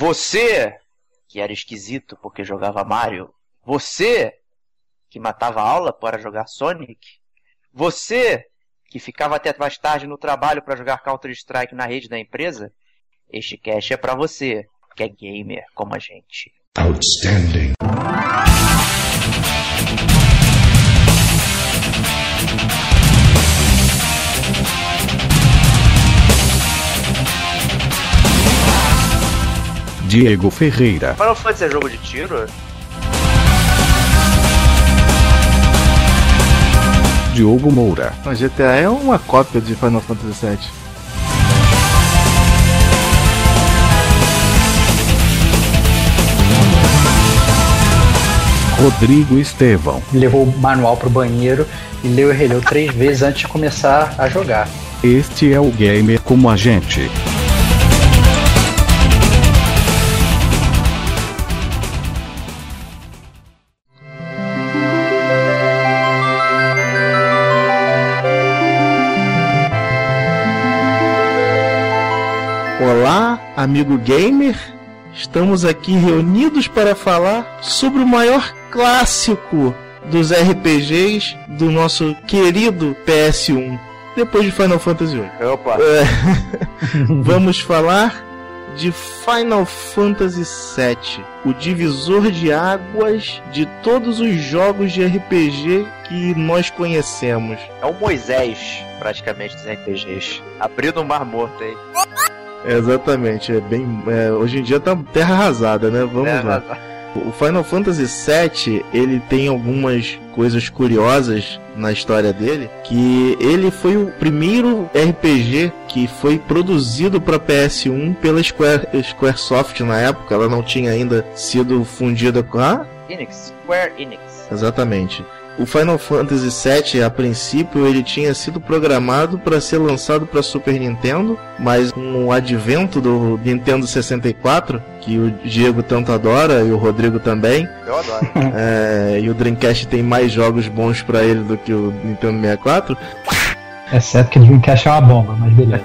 Você, que era esquisito porque jogava Mario. Você, que matava a aula para jogar Sonic. Você, que ficava até mais tarde no trabalho para jogar Counter-Strike na rede da empresa. Este cast é pra você, que é gamer como a gente. Outstanding. Diego Ferreira. Final Fantasy é jogo de tiro? Diogo Moura. O GTA é uma cópia de Final Fantasy VII. Rodrigo Estevão. Levou o manual pro banheiro e leu e releu 3 vezes antes de começar a jogar. Este é o Gamer como a gente. Olá, amigo gamer. Estamos aqui reunidos para falar sobre o maior clássico dos RPGs do nosso querido PS1, depois de Final Fantasy VIII. Opa! Vamos falar de Final Fantasy VII, o divisor de águas de todos os jogos de RPG que nós conhecemos. É o Moisés, praticamente, dos RPGs. Abriu no Mar Morto aí. Exatamente, hoje em dia tá terra arrasada, né? Vamos lá. O Final Fantasy VII, ele tem algumas coisas curiosas na história dele, que ele foi o primeiro RPG que foi produzido para PS1 pela Squaresoft na época. Ela não tinha ainda sido fundida com a Square Enix. Exatamente. O Final Fantasy VII, a princípio, ele tinha sido programado para ser lançado para Super Nintendo, mas com o advento do Nintendo 64, que o Diego tanto adora e o Rodrigo também. Eu adoro. E o Dreamcast tem mais jogos bons para ele do que o Nintendo 64. Exceto que o Dreamcast é uma bomba, mas beleza.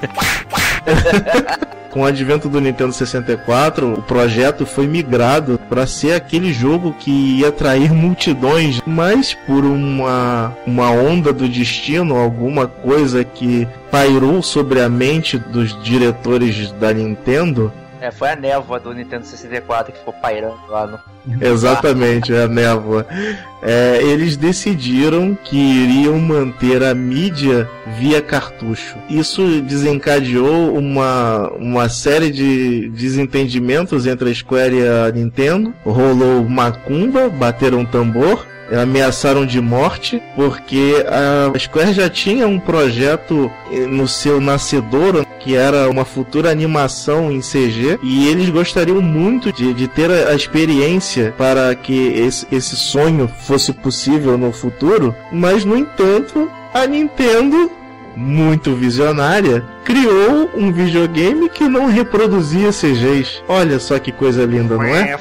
Com o advento do Nintendo 64, o projeto foi migrado para ser aquele jogo que ia atrair multidões, mas por uma onda do destino, alguma coisa que pairou sobre a mente dos diretores da Nintendo. Foi a névoa do Nintendo 64 que ficou pairando lá no... Exatamente, a névoa. Eles decidiram que iriam manter a mídia via cartucho. Isso desencadeou uma série de desentendimentos entre a Square e a Nintendo. Rolou macumba, bateram tambor, ameaçaram de morte, porque a Square já tinha um projeto no seu nascedouro, que era uma futura animação em CG, e eles gostariam muito de ter a experiência para que esse sonho fosse possível no futuro, mas no entanto a Nintendo, muito visionária, criou um videogame que não reproduzia CGs. Olha só que coisa linda, não é?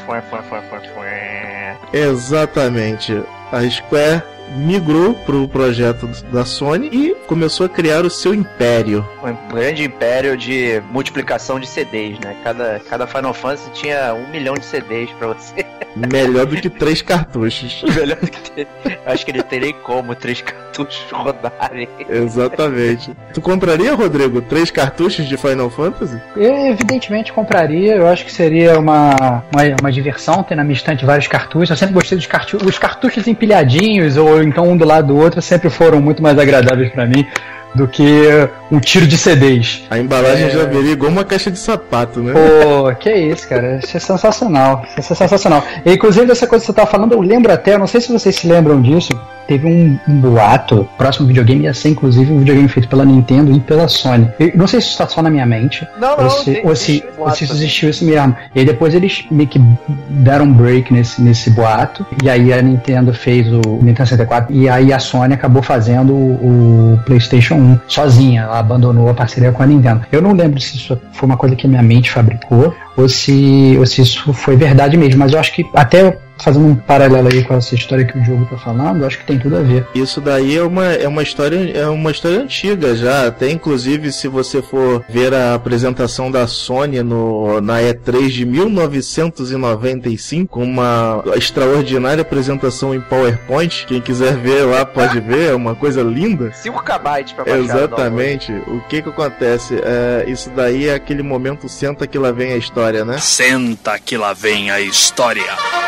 Exatamente. A Square migrou para o projeto da Sony e começou a criar o seu império. Um grande império de multiplicação de CDs, né? Cada Final Fantasy tinha 1 milhão de CDs pra você. Melhor do que 3 cartuchos. Melhor do que acho que ele teria como 3 cartuchos rodarem. Exatamente. Tu compraria, Rodrigo, 3 cartuchos de Final Fantasy? Eu evidentemente compraria. Eu acho que seria uma diversão ter na minha estante vários cartuchos. Eu sempre gostei dos cartuchos. Os cartuchos empilhadinhos ou então um do lado do outro sempre foram muito mais agradáveis pra mim do que um tiro de CDs. A embalagem já viria igual uma caixa de sapato, né? Pô, que isso, cara. Isso é sensacional. Isso é sensacional. E, inclusive, dessa coisa que você tava falando, eu lembro até, não sei se vocês se lembram disso, teve um boato, o próximo videogame ia ser, inclusive, um videogame feito pela Nintendo e pela Sony. Eu não sei se isso tá só na minha mente, ou se isso existiu isso mesmo. E aí depois eles meio que deram um break nesse boato, e aí a Nintendo fez o Nintendo 64, e aí a Sony acabou fazendo o PlayStation 1 sozinha. Ela abandonou a parceria com a Nintendo. Eu não lembro se isso foi uma coisa que a minha mente fabricou, ou se isso foi verdade mesmo. Mas eu acho que, até fazendo um paralelo aí com essa história que o Diogo tá falando, acho que tem tudo a ver. Isso daí é uma história antiga já. Até inclusive, se você for ver a apresentação da Sony na E3 de 1995, uma extraordinária apresentação em PowerPoint, quem quiser ver lá pode ver, é uma coisa linda. 5 KB pra baixar. Exatamente. O que acontece? Isso daí é aquele momento, senta que lá vem a história, né? Senta que lá vem a história.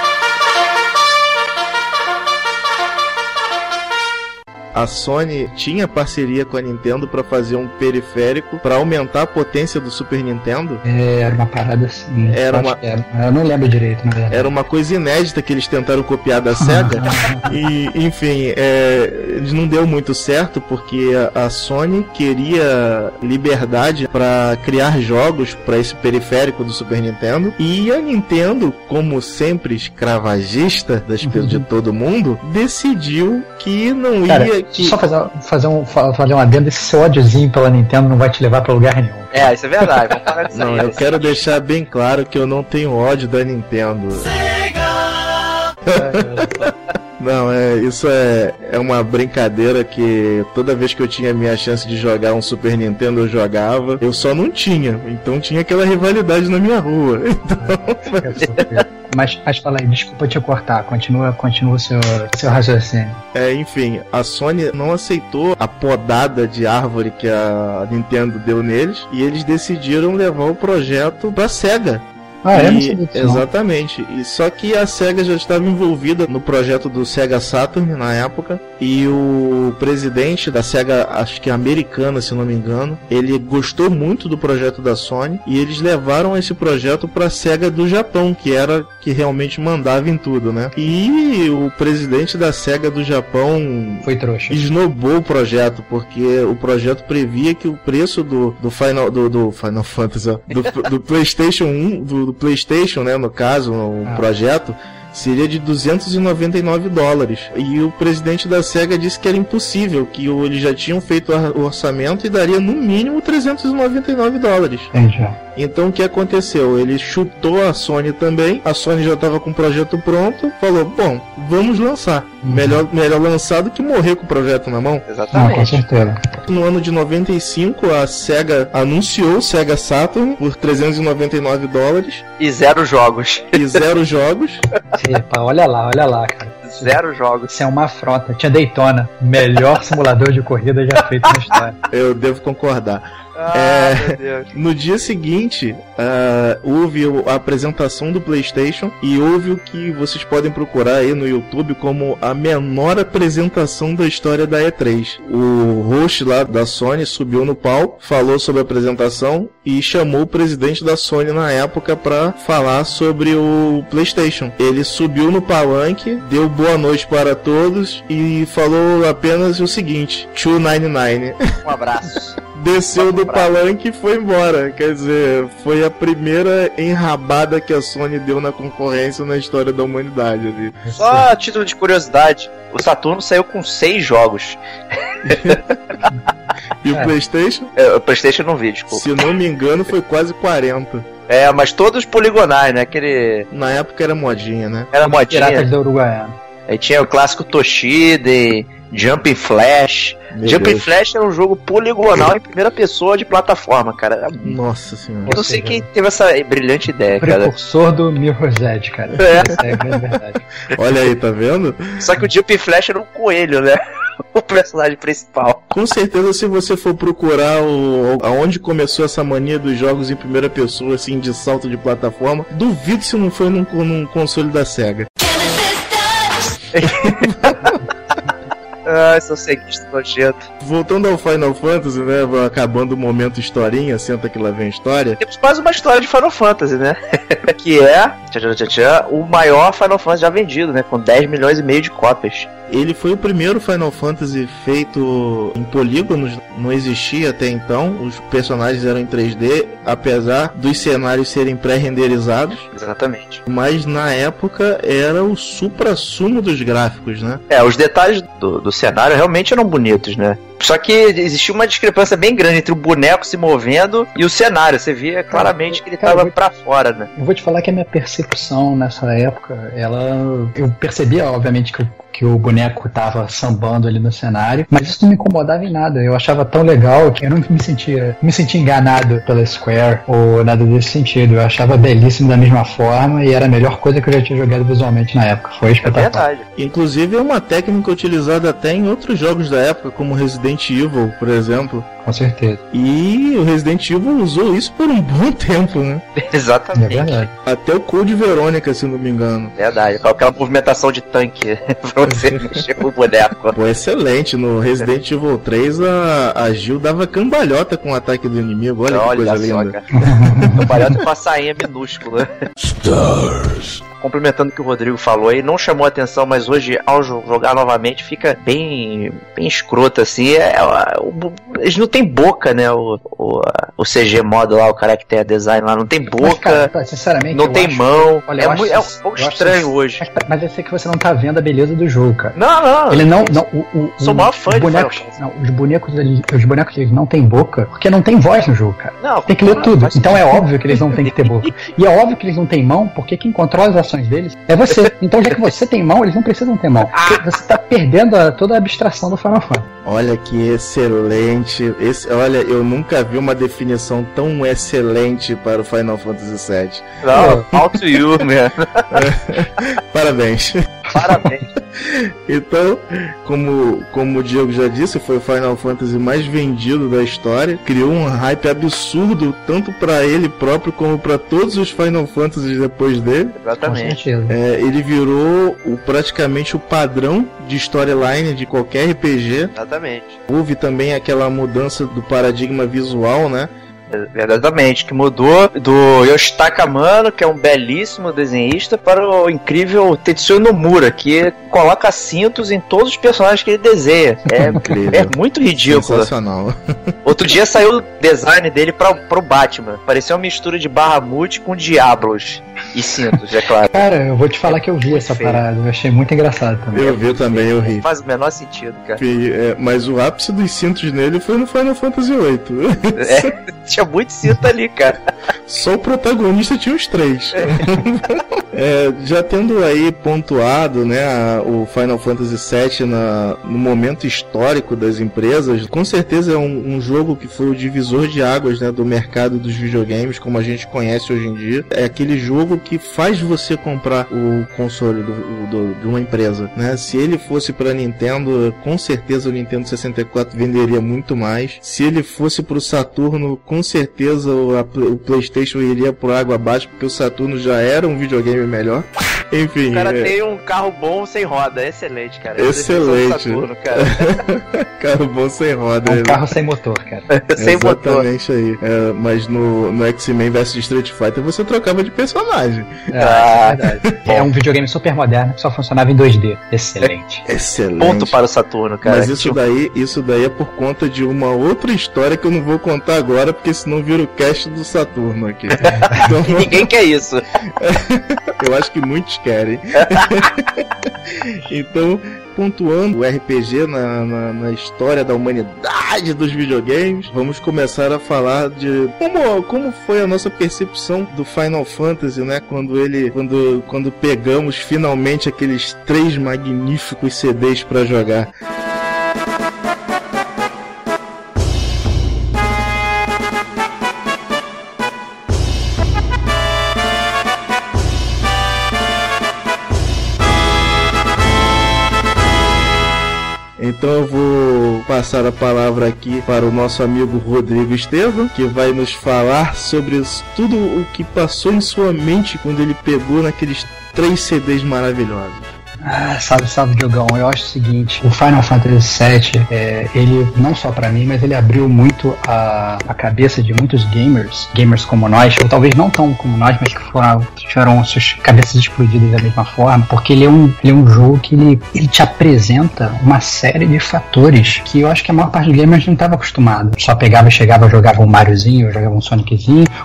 A Sony tinha parceria com a Nintendo para fazer um periférico para aumentar a potência do Super Nintendo. Era uma parada assim. Eu não lembro direito, na verdade. Era uma coisa inédita que eles tentaram copiar da Sega. E, enfim, não deu muito certo porque a Sony queria liberdade para criar jogos para esse periférico do Super Nintendo. E a Nintendo, como sempre escravagista de todo mundo, decidiu que não ia... Só fazer um adendo, esse seu ódiozinho pela Nintendo não vai te levar pra lugar nenhum. Isso é verdade. Vamos parar disso. Não, eu quero deixar bem claro que eu não tenho ódio da Nintendo. Não, isso é uma brincadeira que toda vez que eu tinha a minha chance de jogar um Super Nintendo eu jogava, eu só não tinha, então tinha aquela rivalidade na minha rua. Então... Mas fala aí, desculpa te cortar, continua o seu raciocínio. Enfim, a Sony não aceitou a podada de árvore que a Nintendo deu neles e eles decidiram levar o projeto pra Sega. Não sabia disso, exatamente. E só que a Sega já estava envolvida no projeto do Sega Saturn na época, e o presidente da Sega, acho que americana, se não me engano, ele gostou muito do projeto da Sony e eles levaram esse projeto para a Sega do Japão, que realmente mandava em tudo, né? E o presidente da Sega do Japão foi trouxa. Esnobou o projeto, porque o projeto previa que o preço do Final Fantasy, do PlayStation 1, do PlayStation, né, no caso, o projeto, seria de $299. E o presidente da Sega disse que era impossível, que eles já tinham feito o orçamento e daria no mínimo $399. Então o que aconteceu? Ele chutou a Sony também, a Sony já estava com o projeto pronto, falou, bom, vamos lançar. Melhor lançar do que morrer com o projeto na mão. Exatamente. Com certeza. No ano de 95, a Sega anunciou o Sega Saturn por $399. E 0 jogos. Epa, olha lá, cara. 0 jogos. Isso é uma afronta. Tinha Daytona, melhor simulador de corrida já feito na história. Eu devo concordar. Meu Deus. No dia seguinte, houve a apresentação do PlayStation e houve o que vocês podem procurar aí no YouTube como a menor apresentação da história da E3. O host lá da Sony subiu no palco, falou sobre a apresentação e chamou o presidente da Sony na época para falar sobre o PlayStation. Ele subiu no palanque, deu boa noite para todos e falou apenas o seguinte: $299. Um abraço. Desceu do palanque e foi embora. Quer dizer, foi a primeira enrabada que a Sony deu na concorrência na história da humanidade ali. Só a título de curiosidade, o Saturno saiu com 6 jogos. E o PlayStation? O PlayStation não vi, desculpa. Se não me engano, foi quase 40. Mas todos poligonais, né? Na época era modinha, né? Era modinha. Piratas da Uruguaiana. Aí tinha o clássico Toshiden, Jumping Flash. Jumping Flash é um jogo poligonal em primeira pessoa de plataforma, cara. Nossa senhora. Eu não sei quem teve essa brilhante ideia, cara. Precursor do Mirror's Edge, cara. Essa é a grande verdade. Olha aí, tá vendo? Só que o Jumping Flash era um coelho, né? O personagem principal. Com certeza, se você for procurar aonde começou essa mania dos jogos em primeira pessoa, assim, de salto de plataforma, duvido se não foi num console da Sega. Só sei que estou nojento. Voltando ao Final Fantasy, né? Acabando o momento historinha, senta que lá vem a história. Temos quase uma história de Final Fantasy, né? Que é o maior Final Fantasy já vendido, né? Com 10 milhões e meio de cópias. Ele foi o primeiro Final Fantasy feito em polígonos, não existia até então. Os personagens eram em 3D, apesar dos cenários serem pré-renderizados. Exatamente. Mas na época era o supra-sumo dos gráficos, né? Os detalhes do cenário realmente eram bonitos, né? Só que existia uma discrepância bem grande entre o boneco se movendo e o cenário. Você via claramente que ele tava pra fora, né? Eu vou te falar que a minha percepção nessa época, eu percebia, obviamente, que o boneco tava sambando ali no cenário, mas isso não me incomodava em nada. Eu achava tão legal que eu não me sentia enganado pela Square ou nada desse sentido. Eu achava belíssimo da mesma forma e era a melhor coisa que eu já tinha jogado visualmente na época. Foi espetacular. Verdade. Inclusive é uma técnica utilizada até em outros jogos da época, como Resident Evil, por exemplo. Com certeza. E o Resident Evil usou isso por um bom tempo, né? Exatamente. É verdade. Até o Code Verônica, se não me engano. Verdade. Com aquela movimentação de tanque pra você mexer com o boneco. Pô, excelente. No Resident Evil 3, a Jill dava cambalhota com o ataque do inimigo. Olha que coisa linda. Cambalhota com a sainha minúscula. Stars. Complementando o que o Rodrigo falou aí, não chamou atenção, mas hoje, ao jogar novamente, fica bem escroto, assim. Eles não tem boca, né? O CG modo lá, o character design lá, não tem boca. Mas, sinceramente, não tem mão. Olha, é um pouco estranho hoje. Mas eu sei que você não tá vendo a beleza do jogo, cara. Não. Ele não. Sou o maior fã de bonecos. Não, os bonecos eles não têm boca, porque não tem voz no jogo, cara. Não, tem que ler tudo. Então é óbvio que eles não têm que ter boca. E é óbvio que eles não têm mão, porque quem controla as ações deles é você. Então, já que você tem mão, eles não precisam ter mão. Você tá perdendo toda a abstração do Final Fantasy. Olha que excelente. Olha, eu nunca vi uma definição tão excelente para o Final Fantasy VII. Não, all to you, man. Parabéns. Então, como o Diego já disse, foi o Final Fantasy mais vendido da história. Criou um hype absurdo, tanto para ele próprio como para todos os Final Fantasy depois dele. Exatamente. Ele virou praticamente o padrão de storyline de qualquer RPG. Exatamente. Houve também aquela mudança do paradigma visual, né? Exatamente, que mudou do Yoshitaka Amano, que é um belíssimo desenhista, para o incrível Tetsuya Nomura, que coloca cintos em todos os personagens que ele desenha. É muito ridículo. Sensacional. Outro dia saiu o design dele pro Batman. Parecia uma mistura de Bahamut com Diablos e cintos, é claro. Cara, eu vou te falar que eu vi essa parada. Eu achei muito engraçado também. Eu vi também, eu ri. Não faz o menor sentido, cara. Mas o ápice dos cintos nele foi no Final Fantasy VIII. Tinha muito cinto ali, cara. Só o protagonista tinha os 3. Já tendo aí pontuado, né, o Final Fantasy VII no momento histórico das empresas, com certeza é um jogo que foi o divisor de águas, né, do mercado dos videogames, como a gente conhece hoje em dia. É aquele jogo que faz você comprar o console de uma empresa, né? Se ele fosse para Nintendo, com certeza o Nintendo 64 venderia muito mais. Se ele fosse para o Saturno, com certeza o PlayStation iria por água abaixo, porque o Saturno já era um videogame melhor. Enfim. O cara tem um carro bom sem roda, excelente, cara. Excelente. Saturno, cara. Carro bom sem roda. Um carro sem motor, cara. Sem motor. Exatamente aí. Mas no X-Men vs Street Fighter você trocava de personagem. É verdade. É um videogame super moderno que só funcionava em 2D. Excelente. Excelente. Ponto para o Saturno, cara. Mas isso daí é por conta de uma outra história que eu não vou contar agora, porque senão vira o cast do Saturno aqui. Então, e ninguém quer isso. Eu acho que muitos querem. Então, pontuando o RPG na história da humanidade dos videogames, vamos começar a falar de como foi a nossa percepção do Final Fantasy, né? Quando pegamos finalmente aqueles 3 magníficos CDs para jogar. Então eu vou passar a palavra aqui para o nosso amigo Rodrigo Estevam, que vai nos falar sobre tudo o que passou em sua mente quando ele pegou naqueles 3 CDs maravilhosos. Salve, Diogão. Eu acho o seguinte, o Final Fantasy VII, ele, não só pra mim, mas ele abriu muito a cabeça de muitos gamers como nós, ou talvez não tão como nós, mas que tiveram suas cabeças explodidas da mesma forma, porque ele é um jogo que ele te apresenta uma série de fatores que eu acho que a maior parte dos gamers não estava acostumado. Só pegava, chegava, jogava um Mariozinho, jogava um Soniczinho,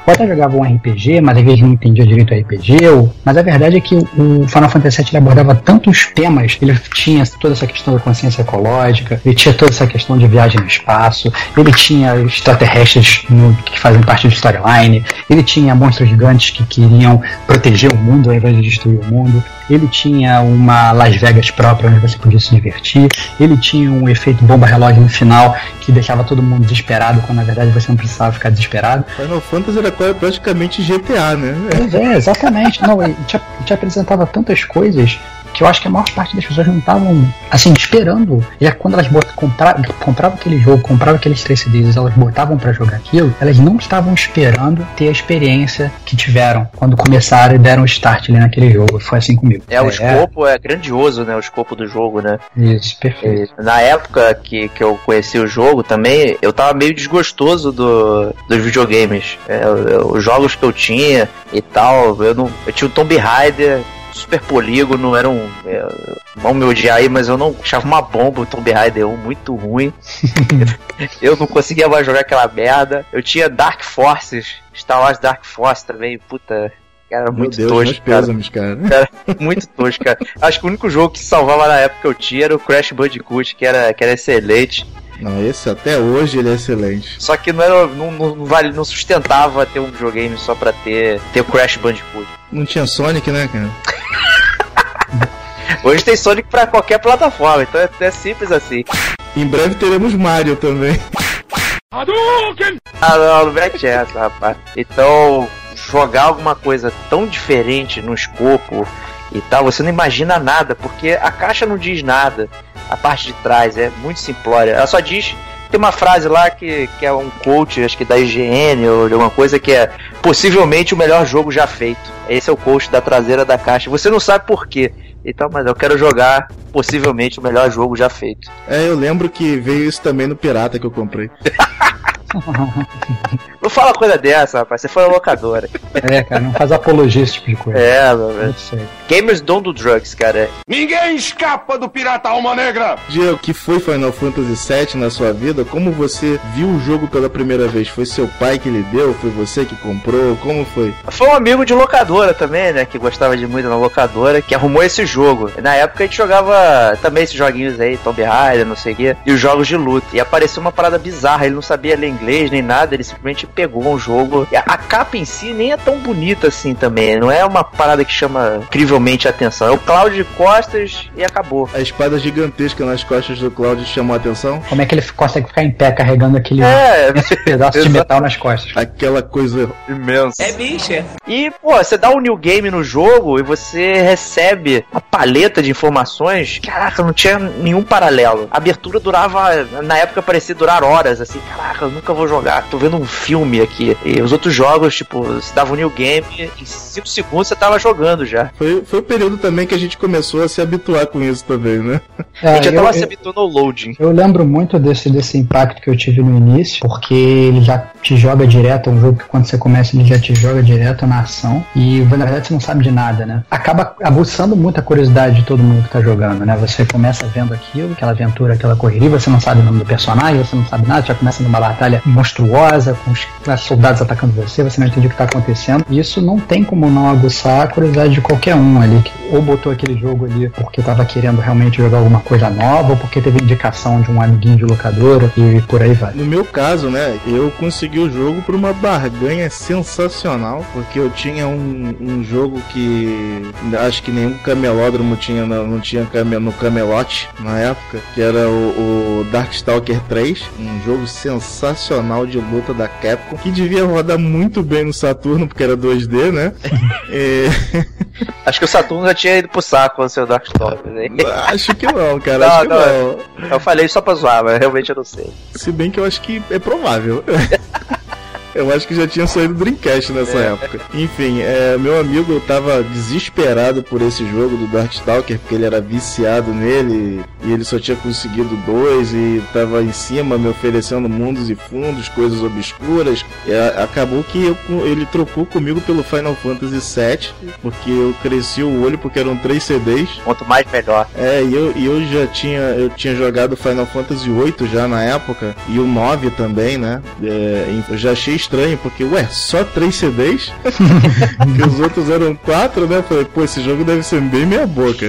ou até jogavam um RPG, mas às vezes não entendia direito o RPG, mas a verdade é que o Final Fantasy VII ele abordava tantos temas, ele tinha toda essa questão da consciência ecológica, ele tinha toda essa questão de viagem no espaço, ele tinha extraterrestres que fazem parte do storyline, ele tinha monstros gigantes que queriam proteger o mundo ao invés de destruir o mundo, ele tinha uma Las Vegas própria onde você podia se divertir, ele tinha um efeito bomba relógio no final que deixava todo mundo desesperado, quando na verdade você não precisava ficar desesperado. Final Fantasy era praticamente GTA, né? Pois é, exatamente. Não, ele te apresentava tantas coisas que eu acho que a maior parte das pessoas não estavam, assim, esperando. E quando elas compravam aquele jogo, compravam aqueles 3 CDs, elas botavam pra jogar aquilo, elas não estavam esperando ter a experiência que tiveram quando começaram e deram o start ali naquele jogo. Foi assim comigo. O escopo é grandioso, né? O escopo do jogo, né? Isso, perfeito. Na época que eu conheci o jogo também, eu tava meio desgostoso dos videogames. Os jogos que eu tinha e tal, eu tinha o Tomb Raider, super polígono, era vão me odiar aí, mas eu não achava uma bomba o Tomb Raider 1, muito ruim. Eu não conseguia mais jogar aquela merda. Eu tinha Dark Forces, Star Wars Dark Force também, puta, era muito tosco, cara. Muito tosco, cara. Acho que o único jogo que salvava na época que eu tinha era o Crash Bandicoot, que era excelente. Não, esse até hoje ele é excelente. Só que não sustentava ter um videogame só pra ter o Crash Bandicoot. Não tinha Sonic, né, cara? Hoje tem Sonic pra qualquer plataforma, então é simples assim. Em breve teremos Mario também. Não mete essa, rapaz. Então, jogar alguma coisa tão diferente no escopo e tal, você não imagina nada, porque a caixa não diz nada. A parte de trás é muito simplória. Ela só diz... Tem uma frase lá que é um quote, acho que da IGN ou de alguma coisa, que é possivelmente o melhor jogo já feito. Esse é o quote da traseira da caixa. Você não sabe por quê. Então, mas eu quero jogar possivelmente o melhor jogo já feito. Eu lembro que veio isso também no Pirata que eu comprei. Não fala coisa dessa, rapaz. Você foi na locadora. Cara, não faz apologia esse tipo de coisa. Meu velho. Gamers don't do drugs, cara. Ninguém escapa do Pirata Alma Negra! Diego, que foi Final Fantasy VII na sua vida? Como você viu o jogo pela primeira vez? Foi seu pai que lhe deu? Foi você que comprou? Como foi? Foi um amigo de locadora também, né? Que gostava de muito na locadora, que arrumou esse jogo. Na época a gente jogava também esses joguinhos aí, Tomb Raider, não sei o quê, e os jogos de luta. E apareceu uma parada bizarra, ele não sabia ler inglês nem nada, ele simplesmente pegou um jogo. E a capa em si nem é tão bonita assim também, não é uma parada que chama incrivelmente a atenção. É o Cloud de costas e acabou. A espada gigantesca nas costas do Cloud chamou a atenção? Como é que ele consegue ficar em pé carregando aquele pedaço de metal nas costas? Aquela coisa imensa. É bicha. E, pô, você dá um new game no jogo e você recebe uma paleta de informações. Caraca, não tinha nenhum paralelo. A abertura durava, na época parecia durar horas, assim, caraca, eu nunca vou jogar. Tô vendo um filme aqui. E os outros jogos, tipo, você dava um new game e em 5 segundos você tava jogando já. Foi o período também que a gente começou a se habituar com isso também, né? A gente já tava se habituando ao loading. Eu lembro muito desse impacto que eu tive no início, porque ele já te joga direto, é um jogo que quando você começa ele já te joga direto na ação e na verdade você não sabe de nada, né? Acaba aguçando muito a curiosidade de todo mundo que tá jogando, né? Você começa vendo aquilo, aquela aventura, aquela correria, você não sabe o nome do personagem, você não sabe nada, já começa numa batalha monstruosa, com os soldados atacando você não entende o que tá acontecendo. E isso não tem como não aguçar a curiosidade de qualquer um ali, que ou botou aquele jogo ali porque tava querendo realmente jogar alguma coisa nova, ou porque teve indicação de um amiguinho de locadora e por aí vai. No meu caso, né, eu consegui o jogo por uma barganha sensacional, porque eu tinha um jogo que acho que nenhum camelódromo tinha, não tinha no Camelot na época, que era o Darkstalker 3, um jogo sensacional de luta da Capcom, que devia rodar muito bem no Saturno, porque era 2D, né? Acho que o Saturno já tinha ido pro saco com o seu Darkstalker, né? Acho que não, cara. Acho que não. Eu falei só pra zoar, mas realmente eu não sei. Se bem que eu acho que é provável. Eu acho que já tinha saído Dreamcast nessa época. Enfim, meu amigo tava desesperado por esse jogo do Darkstalker, porque ele era viciado nele e ele só tinha conseguido 2 e tava em cima me oferecendo mundos e fundos, coisas obscuras. E acabou que ele trocou comigo pelo Final Fantasy VII, porque eu cresci o olho porque eram 3 CDs. Quanto mais melhor. E eu já tinha jogado Final Fantasy VIII já na época, e o 9 também, né? Eu já achei estranho, porque, só 3 CDs? Que os outros eram 4, né? Falei, pô, esse jogo deve ser bem meia boca.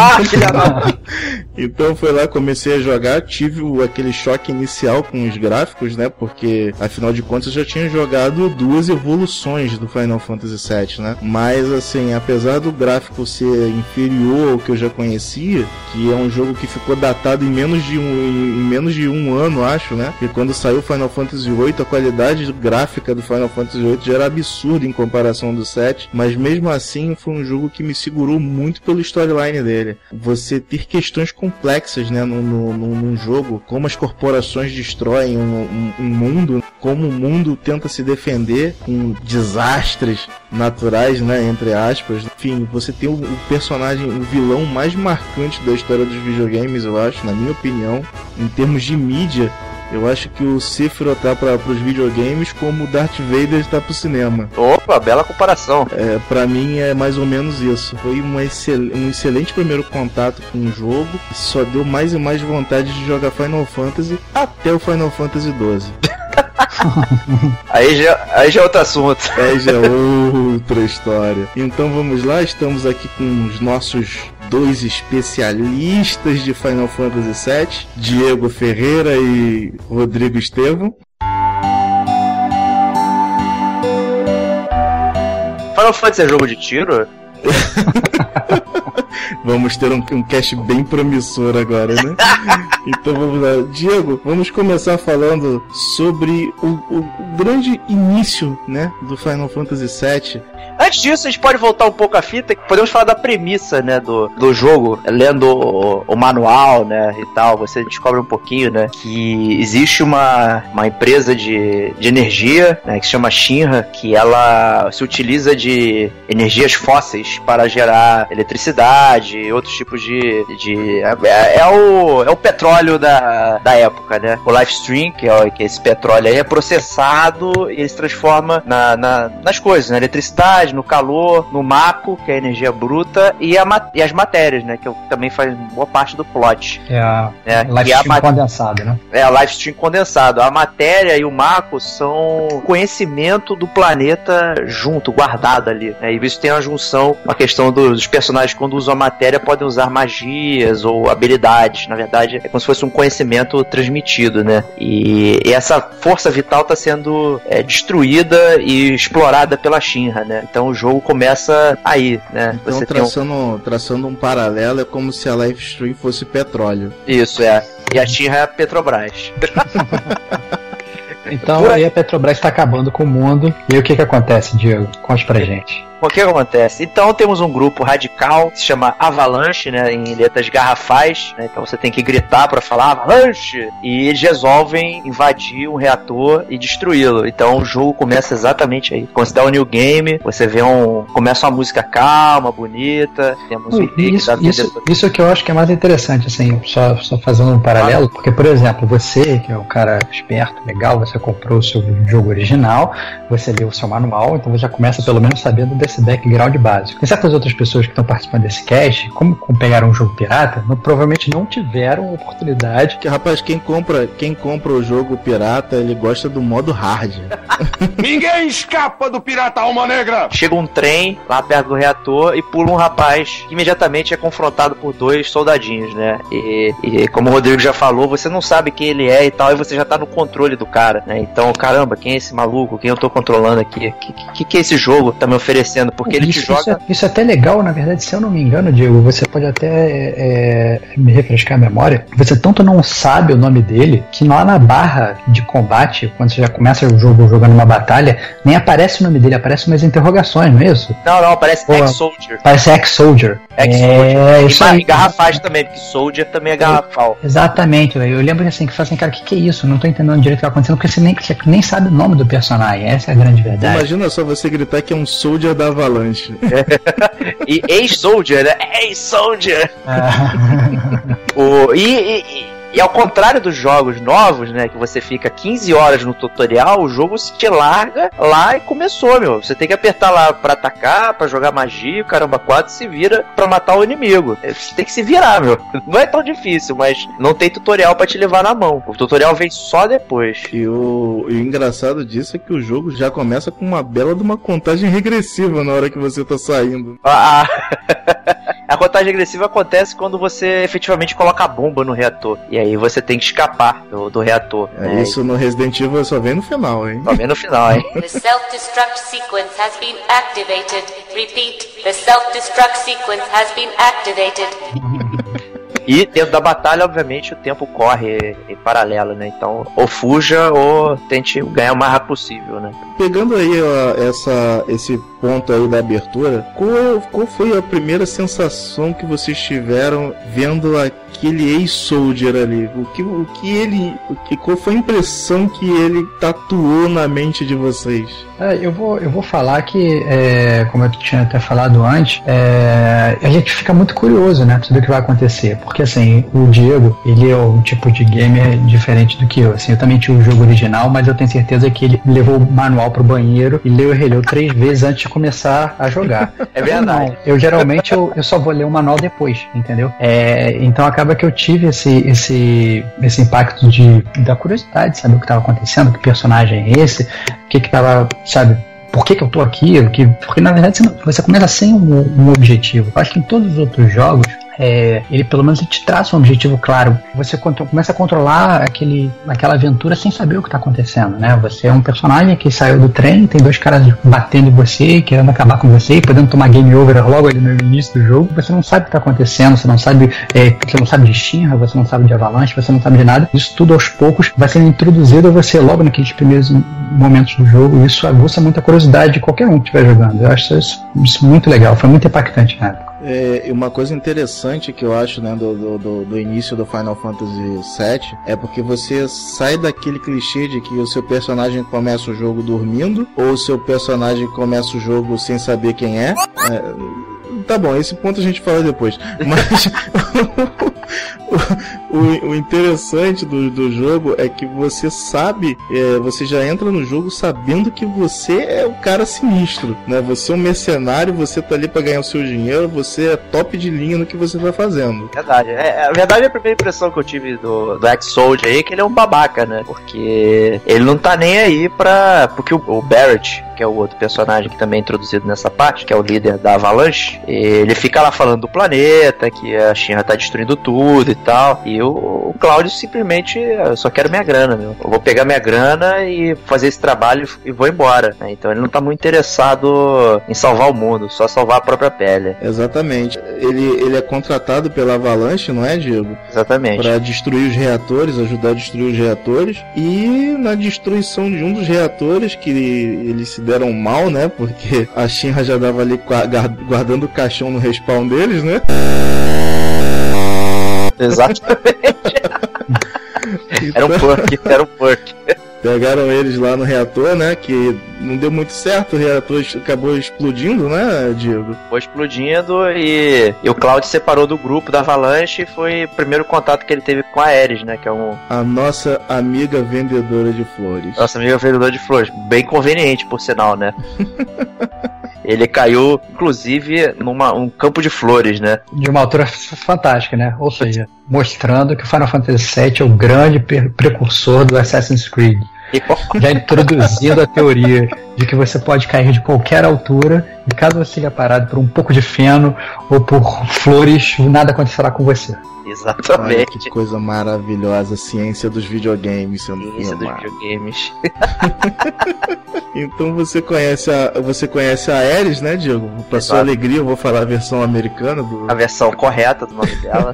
Então foi lá, comecei a jogar, tive aquele choque inicial com os gráficos, né? Porque, afinal de contas, eu já tinha jogado 2 evoluções do Final Fantasy VII, né? Mas, assim, apesar do gráfico ser inferior ao que eu já conhecia, que é um jogo que ficou datado em menos de um ano, acho, né? Porque quando saiu o Final Fantasy VIII, a qualidade gráfica do Final Fantasy VIII já era absurda em comparação do 7, mas mesmo assim foi um jogo que me segurou muito pelo storyline dele. Você ter questões complexas, né, num jogo, como as corporações destroem um mundo, como o mundo tenta se defender com desastres naturais, né, entre aspas. Enfim, você tem o personagem, o vilão mais marcante da história dos videogames, eu acho, na minha opinião, em termos de mídia. Eu acho que o Sephiroth tá para os videogames como o Darth Vader está pro cinema. Opa, bela comparação. Pra mim é mais ou menos isso. Foi um excelente primeiro contato com o jogo. Só deu mais e mais vontade de jogar Final Fantasy até o Final Fantasy XII. Aí já é outro assunto. Aí já é outra história. Então vamos lá, estamos aqui com os nossos 2 especialistas de Final Fantasy VII, Diego Ferreira e Rodrigo Estevão. Final Fantasy é jogo de tiro? Vamos ter um cast bem promissor agora, né? Então vamos lá. Diego, vamos começar falando sobre o grande início, né, do Final Fantasy VII. Antes disso, a gente pode voltar um pouco à fita. Podemos falar da premissa, né, do jogo. Lendo o manual, né, e tal, você descobre um pouquinho, né, que existe uma empresa de energia, né, que se chama Shinra, que ela se utiliza de energias fósseis para gerar eletricidade e outros tipos de é o petróleo da época, né? O Life Stream, que é esse petróleo aí, é processado e ele se transforma nas coisas, na eletricidade, no calor, no mako, que é a energia bruta, e as matérias, né? Que também faz boa parte do plot. É a Life Stream condensado, né? É a Life Stream condensado. A matéria e o mako são conhecimento do planeta junto, guardado ali, né? E isso tem uma junção, uma questão dos personagens, quando usam a matéria, podem usar magias ou habilidades. Na verdade, é como se fosse um conhecimento transmitido, né? E essa força vital está sendo destruída e explorada pela Shinra, né? Então o jogo começa aí, né? Então, você traçando um paralelo, é como se a Life Stream fosse petróleo. Isso, e a Shinra é a Petrobras. Então aí a Petrobras está acabando com o mundo. E aí o que acontece, Diego? Conte pra gente. O que acontece? Então temos um grupo radical que se chama Avalanche, né, em letras garrafais, né, então você tem que gritar para falar Avalanche, e eles resolvem invadir um reator e destruí-lo. Então o jogo começa exatamente aí. Quando você dá o New Game, você vê começa uma música calma, bonita, temos isso que eu acho que é mais interessante, assim, só fazendo um paralelo, porque, por exemplo, você, que é um cara esperto, legal, você comprou o seu jogo original, você leu o seu manual, então você já começa pelo menos sabendo esse background básico. Tem certas outras pessoas que estão participando desse cast, como pegaram um jogo pirata, provavelmente não tiveram oportunidade. Porque, rapaz, quem compra o jogo pirata, ele gosta do modo hard. Ninguém escapa do pirata Alma Negra! Chega um trem lá perto do reator e pula um rapaz que imediatamente é confrontado por 2 soldadinhos, né? E como o Rodrigo já falou, você não sabe quem ele é e tal, e você já tá no controle do cara, né? Então, caramba, quem é esse maluco? Quem eu tô controlando aqui? Que é esse jogo tá me oferecendo? Porque ele te joga... Isso é até legal, na verdade, se eu não me engano, Diego, você pode até me refrescar a memória, você tanto não sabe o nome dele, que lá na barra de combate, quando você já começa o jogo jogando uma batalha, nem aparece o nome dele, aparece umas interrogações, não é isso? Não, aparece Ex-Soldier. Parece Ex-Soldier. Isso aí. Garrafais também, porque Soldier também é garrafal. Exatamente, eu lembro assim, que fala assim, cara, o que é isso? Não tô entendendo direito o que tá acontecendo, porque você nem sabe o nome do personagem, essa é a grande verdade. Imagina só você gritar que é um Soldier da Avalanche. E Ex-Soldier, né? Ex-Soldier! E ao contrário dos jogos novos, né, que você fica 15 horas no tutorial, o jogo te larga lá e começou, meu. Você tem que apertar lá pra atacar, pra jogar magia, caramba, 4 se vira pra matar o inimigo. Você tem que se virar, meu. Não é tão difícil, mas não tem tutorial pra te levar na mão. O tutorial vem só depois. E o engraçado disso é que o jogo já começa com uma bela de uma contagem regressiva na hora que você tá saindo. A contagem regressiva acontece quando você efetivamente coloca a bomba no reator. E aí você tem que escapar do reator. Isso no Resident Evil só vem no final, hein? Só vem no final, hein? The self-destruct sequence has been activated. Repeat, the self-destruct sequence has been activated. E dentro da batalha, obviamente, o tempo corre em paralelo, né? Então, ou fuja ou tente ganhar o mais rápido possível, né? Pegando aí esse ponto aí da abertura, qual foi a primeira sensação que vocês tiveram vendo aquele ex-soldier ali? Qual foi a impressão que ele tatuou na mente de vocês? Eu vou falar que, como eu tinha até falado antes, a gente fica muito curioso, né, pra saber o que vai acontecer, porque assim, o Diego, ele é um tipo de gamer diferente do que eu, assim, eu também tinha o jogo original, mas eu tenho certeza que ele levou o manual pro banheiro e releu 3 vezes antes de começar a jogar. É verdade. Eu geralmente eu só vou ler o manual depois, entendeu? Então acaba que eu tive esse impacto da curiosidade, saber o que estava acontecendo, que personagem é esse, o que tava, sabe, por que eu tô aqui, porque na verdade você começa sem um objetivo. Eu acho que em todos os outros jogos ele pelo menos te traça um objetivo claro. Você começa a controlar aquela aventura sem saber o que está acontecendo, né? Você é um personagem que saiu do trem, tem 2 caras batendo em você, querendo acabar com você, podendo tomar game over logo ali no início do jogo. Você não sabe o que está acontecendo, você não sabe de Shinra, você não sabe de Avalanche, você não sabe de nada. Isso tudo aos poucos vai sendo introduzido a você logo naqueles primeiros momentos do jogo. Isso aguça muita curiosidade de qualquer um que estiver jogando. Eu acho isso muito legal, foi muito impactante na época. Uma coisa interessante que eu acho, né, do início do Final Fantasy VII é porque você sai daquele clichê de que o seu personagem começa o jogo dormindo ou o seu personagem começa o jogo sem saber quem é. Tá bom, esse ponto a gente fala depois. Mas o interessante do jogo é que você sabe, você já entra no jogo sabendo que você é o cara sinistro, né? Você é um mercenário, você tá ali pra ganhar o seu dinheiro, você é top de linha no que você tá fazendo. Verdade. A verdade, a primeira impressão que eu tive do ex-Soldier aí é que ele é um babaca, né? Porque ele não tá nem aí porque o Barrett, que é o outro personagem que também é introduzido nessa parte, que é o líder da Avalanche, ele fica lá falando do planeta, que a Shinra tá destruindo tudo e tal, e o Cláudio simplesmente, eu só quero minha grana, meu. Eu vou pegar minha grana e fazer esse trabalho e vou embora, né? Então ele não tá muito interessado em salvar o mundo, só salvar a própria pele. Exatamente. Ele é contratado pela Avalanche, não é, Diego? Exatamente. Pra destruir os reatores, ajudar a destruir os reatores, e na destruição de um dos reatores, que eles se deram mal, né? Porque a Shinra já dava ali guardando o caixão no respawn deles, né? Exatamente. Era um perk. Pegaram eles lá no reator, né? Que não deu muito certo, o reator acabou explodindo, né, Diego? Foi explodindo e o Cloud separou do grupo da Avalanche e foi o primeiro contato que ele teve com a Ares, né? Que é a nossa amiga vendedora de flores. Nossa amiga vendedora de flores. Bem conveniente, por sinal, né? Ele caiu, inclusive, num campo de flores, né? De uma altura fantástica, né? Ou seja, mostrando que o Final Fantasy VII é o grande precursor do Assassin's Creed. Já introduzindo a teoria de que você pode cair de qualquer altura e caso você seja parado por um pouco de feno ou por flores, nada acontecerá com você. Exatamente. Olha que coisa maravilhosa, a ciência dos videogames sendo ciência dos videogames. Então você conhece a Ares, né, Diego? Pra sua alegria, eu vou falar a versão americana a versão correta do nome dela.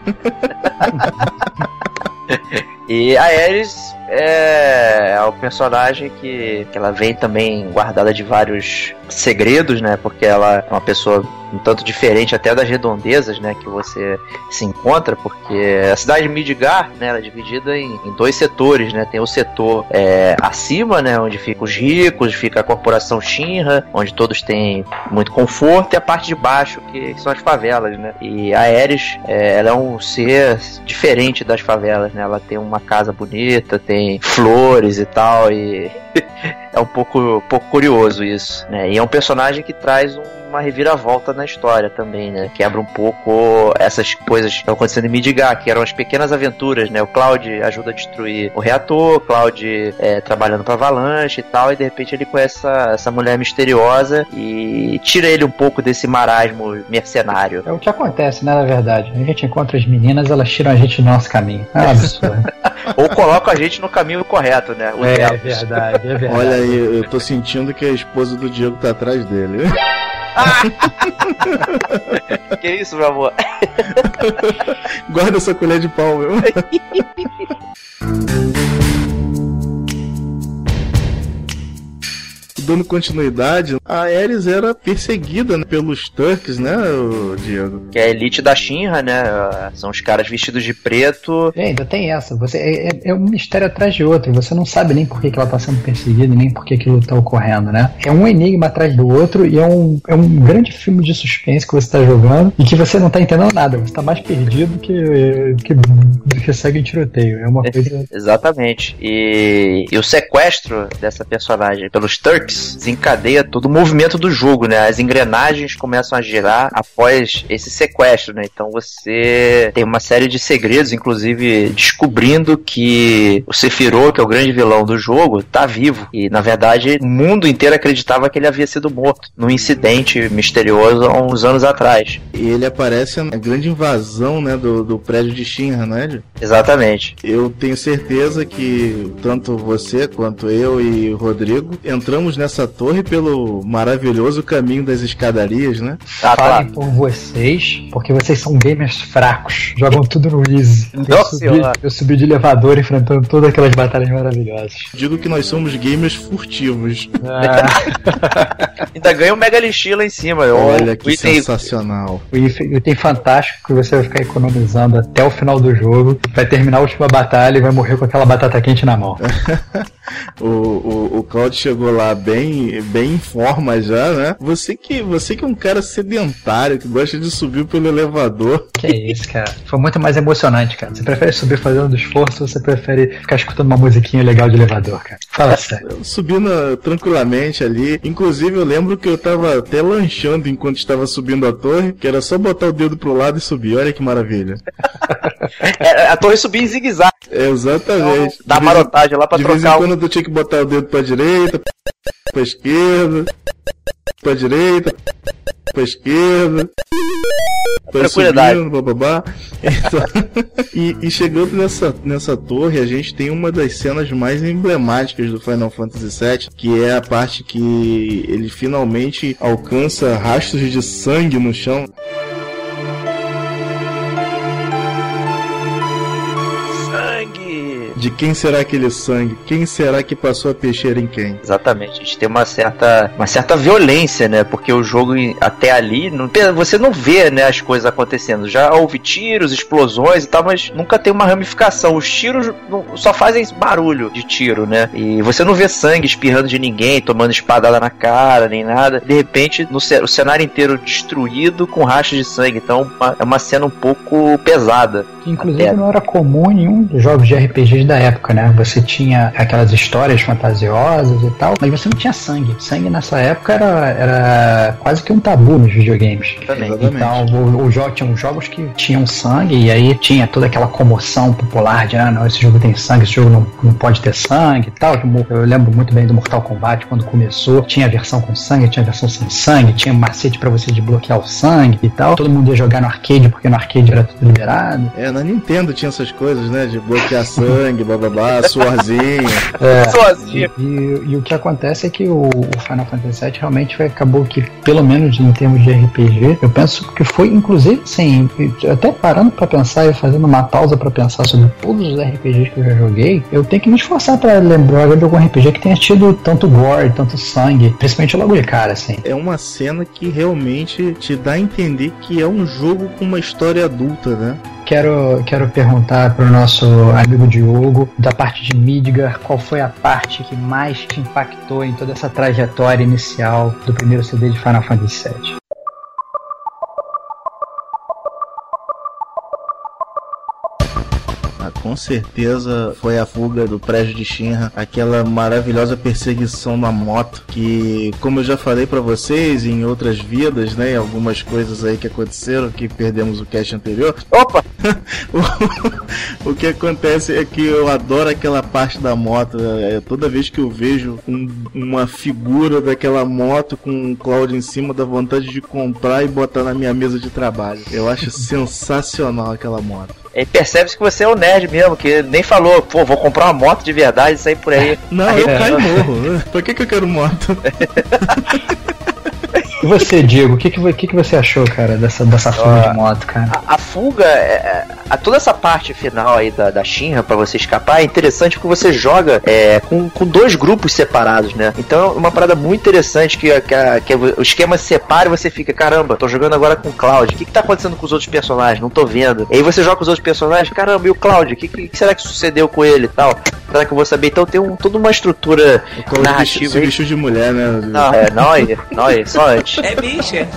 E a Ares é o personagem que ela vem também guardada de vários segredos, né? Porque ela é uma pessoa um tanto diferente até das redondezas, né, que você se encontra, porque a cidade de Midgar, né, ela é dividida em 2 setores, né, tem o setor acima, né, onde ficam os ricos, fica a corporação Shinra, onde todos têm muito conforto, e a parte de baixo, que são as favelas, né, e a Ares, ela é um ser diferente das favelas, né, ela tem uma casa bonita, tem flores e tal, e é um pouco curioso isso, né? E é um personagem que traz uma reviravolta na história também, né? Quebra um pouco essas coisas que estão acontecendo em Midgar, que eram as pequenas aventuras, né? O Cloud ajuda a destruir o reator, o Cloud trabalhando pra Avalanche e tal, e de repente ele conhece essa mulher misteriosa e tira ele um pouco desse marasmo mercenário. É o que acontece, né, na verdade. A gente encontra as meninas, elas tiram a gente do nosso caminho. É um absurdo. Ou colocam a gente no caminho correto, né? É verdade. Olha aí, eu tô sentindo que a esposa do Diego tá atrás dele. Que isso, meu amor? Guarda essa colher de pau, meu. Dando continuidade, a Ares era perseguida, né, pelos Turks, né, Diego? Que é a elite da Shinra, né? São os caras vestidos de preto. Ainda tem essa. É um mistério atrás de outro. Você não sabe nem por que ela está sendo perseguida, nem por que aquilo está ocorrendo, né? É um enigma atrás do outro e é um grande filme de suspense que você está jogando e que você não está entendendo nada. Você está mais perdido que segue em tiroteio. É uma coisa... Exatamente. E o sequestro dessa personagem pelos Turks desencadeia todo o movimento do jogo, né? As engrenagens começam a girar após esse sequestro, né? Então você tem uma série de segredos, inclusive descobrindo que o Sephiroth, que é o grande vilão do jogo, tá vivo. E, na verdade, o mundo inteiro acreditava que ele havia sido morto num incidente misterioso há uns anos atrás. E ele aparece na grande invasão, né, do prédio de Shinra, né, Ed? Exatamente. Eu tenho certeza que tanto você quanto eu e o Rodrigo entramos nessa torre pelo maravilhoso caminho das escadarias, né? Falem por vocês, porque vocês são gamers fracos, jogam tudo no easy. Eu subi de elevador enfrentando todas aquelas batalhas maravilhosas. Digo que nós somos gamers furtivos. Ainda ganha um Mega Elixir lá em cima. Olha que sensacional. O item fantástico que você vai ficar economizando até o final do jogo, vai terminar a última batalha e vai morrer com aquela batata quente na mão. O Cloud chegou lá bem em forma já, né? Você que é um cara sedentário, que gosta de subir pelo elevador. Que é isso, cara. Foi muito mais emocionante, cara. Você prefere subir fazendo esforço ou você prefere ficar escutando uma musiquinha legal de elevador, cara? Fala sério. Subindo tranquilamente ali. Inclusive, eu lembro que eu tava até lanchando enquanto estava subindo a torre, que era só botar o dedo pro lado e subir. Olha que maravilha. A torre subia em zigue-zague. Exatamente. Dá marotagem lá pra trocar. De vez em quando eu tinha que botar o dedo pra direita, pra esquerda, pra direita, pra esquerda, tranquilidade. Bababá. E chegando nessa torre, a gente tem uma das cenas mais emblemáticas do Final Fantasy VII, que é a parte que ele finalmente alcança rastros de sangue no chão. De quem será aquele sangue? Quem será que passou a peixeira em quem? Exatamente, a gente tem uma certa violência, né? Porque o jogo até ali, você não vê, né, as coisas acontecendo. Já houve tiros, explosões e tal, mas nunca tem uma ramificação. Os tiros só fazem barulho de tiro, né? E você não vê sangue espirrando de ninguém, tomando espadada na cara, nem nada. De repente, o cenário inteiro destruído com rastros de sangue. Então é uma cena um pouco pesada. Inclusive não era comum em nenhum dos jogos de RPGs da época, né? Você tinha aquelas histórias fantasiosas e tal, mas você não tinha sangue. Sangue nessa época era quase que um tabu nos videogames. Então, tinham jogos que tinham sangue e aí tinha toda aquela comoção popular de não, esse jogo tem sangue, esse jogo não pode ter sangue e tal. Eu lembro muito bem do Mortal Kombat quando começou. Tinha a versão com sangue, tinha a versão sem sangue, tinha um macete pra você desbloquear o sangue e tal. Todo mundo ia jogar no arcade porque no arcade era tudo liberado. Na Nintendo tinha essas coisas, né? De bloquear sangue sangue, blá blá blá, suorzinho. Sozinho. E o que acontece é que o Final Fantasy VII realmente acabou que, pelo menos em termos de RPG, eu penso que foi, inclusive, assim, até parando pra pensar e fazendo uma pausa pra pensar sobre todos os RPGs que eu já joguei, eu tenho que me esforçar pra lembrar de algum RPG que tenha tido tanto gore, tanto sangue, principalmente logo de cara, assim. É uma cena que realmente te dá a entender que é um jogo com uma história adulta, né? Quero perguntar pro nosso amigo Diogo, da parte de Midgar, qual foi a parte que mais te impactou em toda essa trajetória inicial do primeiro CD de Final Fantasy VII? Com certeza foi a fuga do prédio de Shinra, aquela maravilhosa perseguição na moto, que, como eu já falei pra vocês em outras vidas, né, em algumas coisas aí que aconteceram, que perdemos o cast anterior. Opa! O que acontece é que eu adoro aquela parte da moto, toda vez que eu vejo uma figura daquela moto com um Cloud em cima, dá vontade de comprar e botar na minha mesa de trabalho. Eu acho sensacional aquela moto. E percebe-se que você é um nerd mesmo, que nem falou, pô, vou comprar uma moto de verdade e sair por aí. Não, eu caio e morro. Por que eu quero moto? E você, Diego, o que você achou, cara, dessa fuga de moto, cara? A fuga, toda essa parte final aí da Shinra pra você escapar é interessante porque você joga com dois grupos separados, né? Então é uma parada muito interessante que o esquema se separa e você fica, caramba, tô jogando agora com o Cloud, o que tá acontecendo com os outros personagens? Não tô vendo. E aí você joga com os outros personagens, caramba, e o Cloud? O que será que sucedeu com ele e tal? Será que eu vou saber? Então tem toda uma estrutura narrativa. Se vestiu de mulher, né? Não, só antes. É bicha.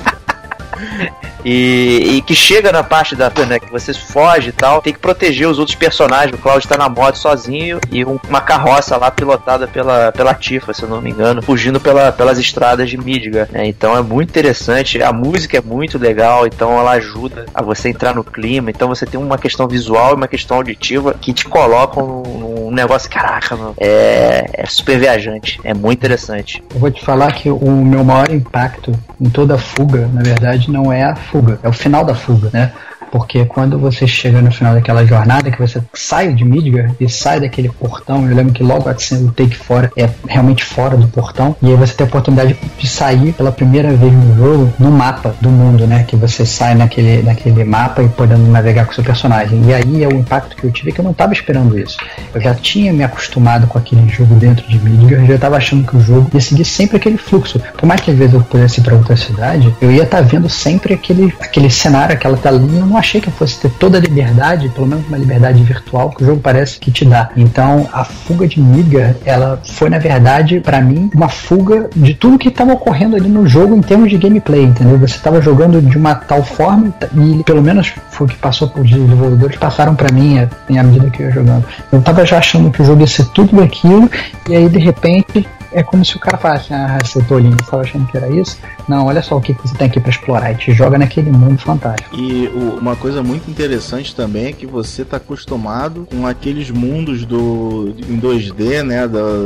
E que chega na parte né, que você foge e tal, tem que proteger os outros personagens. O Cloud tá na moto sozinho e uma carroça lá pilotada pela Tifa, se eu não me engano, fugindo pelas estradas de Midgar, né? Então é muito interessante, a música é muito legal, então ela ajuda a você entrar no clima. Então você tem uma questão visual e uma questão auditiva que te colocam num negócio, caraca, mano, é super viajante, é muito interessante. Eu vou te falar que o meu maior impacto em toda a fuga, na verdade, não é a fuga, é o final da fuga, né? Porque quando você chega no final daquela jornada, que você sai de Midgar e sai daquele portão, eu lembro que logo assim o take fora é realmente fora do portão, e aí você tem a oportunidade de sair pela primeira vez no jogo no mapa do mundo, né? Que você sai naquele mapa e podendo navegar com o seu personagem. E aí é o impacto que eu tive, que eu não estava esperando isso. Eu já tinha me acostumado com aquele jogo dentro de Midgar, eu já estava achando que o jogo ia seguir sempre aquele fluxo. Por mais que às vezes eu pudesse ir para outra cidade, eu ia estar vendo sempre aquele cenário, aquela telinha. Eu não achei que eu fosse ter toda a liberdade, pelo menos uma liberdade virtual que o jogo parece que te dá. Então a fuga de Midgar, ela foi na verdade pra mim uma fuga de tudo que estava ocorrendo ali no jogo em termos de gameplay, entendeu? Você estava jogando de uma tal forma e pelo menos foi o que passou por desenvolvedores, passaram pra mim à medida que eu ia jogando. Eu tava já achando que o jogo ia ser tudo aquilo, e aí de repente é como se o cara falasse, seu tolinho, você estava achando que era isso? Não, olha só o que você tem aqui pra explorar, e te joga naquele mundo fantástico. E uma coisa muito interessante também é que você tá acostumado com aqueles mundos em 2D, né,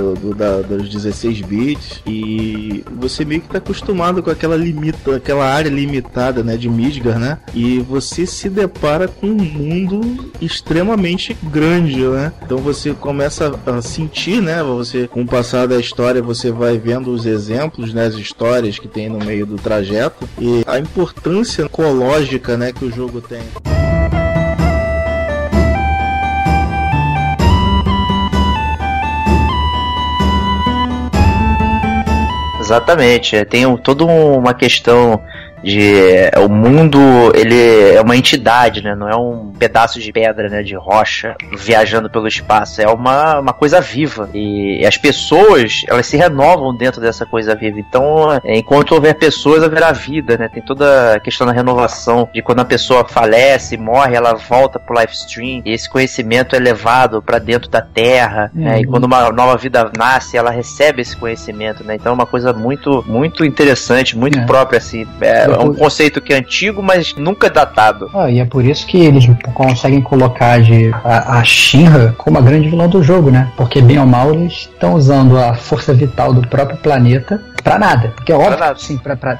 dos 16 bits, e você meio que tá acostumado com aquela área limitada, né, de Midgar, né, e você se depara com um mundo extremamente grande, né, então você começa a sentir, né, com o passar da história você vai vendo os exemplos, né, as histórias que tem no meio do trajeto e a importância ecológica, né, que o jogo tem. Exatamente, tem toda uma questão o mundo, ele é uma entidade, né? Não é um pedaço de pedra, né? De rocha viajando pelo espaço, é uma coisa viva, e as pessoas, elas se renovam dentro dessa coisa viva. Então, enquanto houver pessoas, haverá vida, né? Tem toda a questão da renovação, de quando a pessoa falece, morre, ela volta pro live stream, e esse conhecimento é levado para dentro da terra, né? E quando uma nova vida nasce, ela recebe esse conhecimento, né? Então é uma coisa muito, muito interessante, muito própria, assim. É um conceito que é antigo, mas nunca datado. E é por isso que eles conseguem colocar a Shinra como a grande vilã do jogo, né? Porque bem ou mal eles estão usando a força vital do próprio planeta pra nada. Porque é óbvio, sim,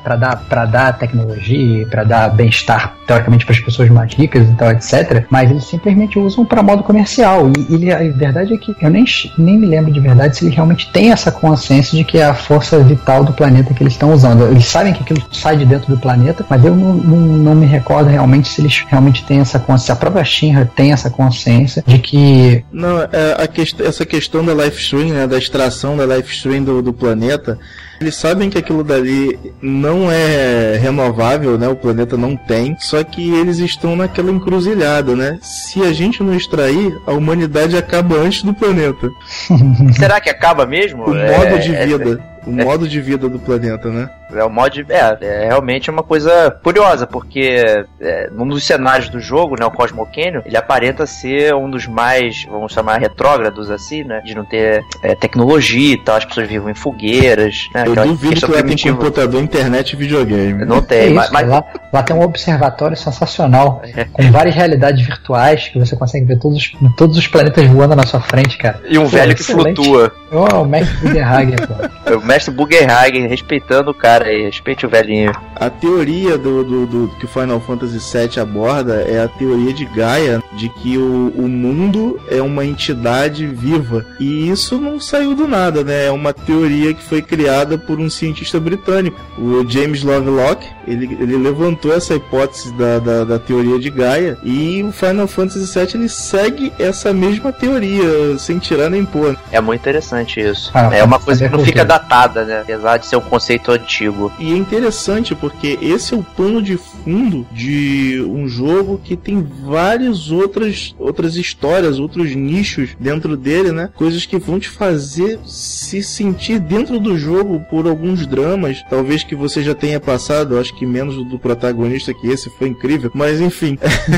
pra dar tecnologia, pra dar bem-estar, teoricamente, para as pessoas mais ricas e tal, etc. Mas eles simplesmente usam pra modo comercial. E a verdade é que eu nem me lembro de verdade se eles realmente têm essa consciência de que é a força vital do planeta que eles estão usando. Eles sabem que aquilo sai de dentro do planeta, mas eu não me recordo realmente se eles realmente têm essa consciência. A própria Shinra tem essa consciência de que... Não, essa questão da life stream, né, da extração da life stream do planeta, eles sabem que aquilo dali não é renovável, né? O planeta não tem, só que eles estão naquela encruzilhada, né? Se a gente não extrair, a humanidade acaba antes do planeta. Será que acaba mesmo? O modo de vida. O modo de vida do planeta, né? É o modo de... É realmente uma coisa curiosa, porque num dos cenários do jogo, né, o Cosmo Canyon, ele aparenta ser um dos mais, vamos chamar, retrógrados, assim, né? De não ter tecnologia e tal, as pessoas vivem em fogueiras, né? Eu duvido que lá tem computador, internet e videogame. Não tem, mas... Lá tem um observatório sensacional, com várias realidades virtuais, que você consegue ver todos os planetas voando na sua frente, cara. E um velho que flutua. O mestre Bugenhagen, pô. O mestre Bugenhagen, respeitando o cara aí, respeite o velhinho. A teoria do que o Final Fantasy VII aborda é a teoria de Gaia, de que o mundo é uma entidade viva. E isso não saiu do nada, né? É uma teoria que foi criada por um cientista britânico, o James Lovelock. Ele levantou essa hipótese da teoria de Gaia, e o Final Fantasy VII ele segue essa mesma teoria, sem tirar nem pôr. É muito interessante isso. É uma coisa que não fica datada, né? Apesar de ser um conceito antigo. E é interessante porque esse é o pano de fundo de um jogo que tem várias outras histórias, outros nichos dentro dele, né? Coisas que vão te fazer se sentir dentro do jogo por alguns dramas, talvez que você já tenha passado, acho que menos do protagonista, que esse foi incrível, mas enfim.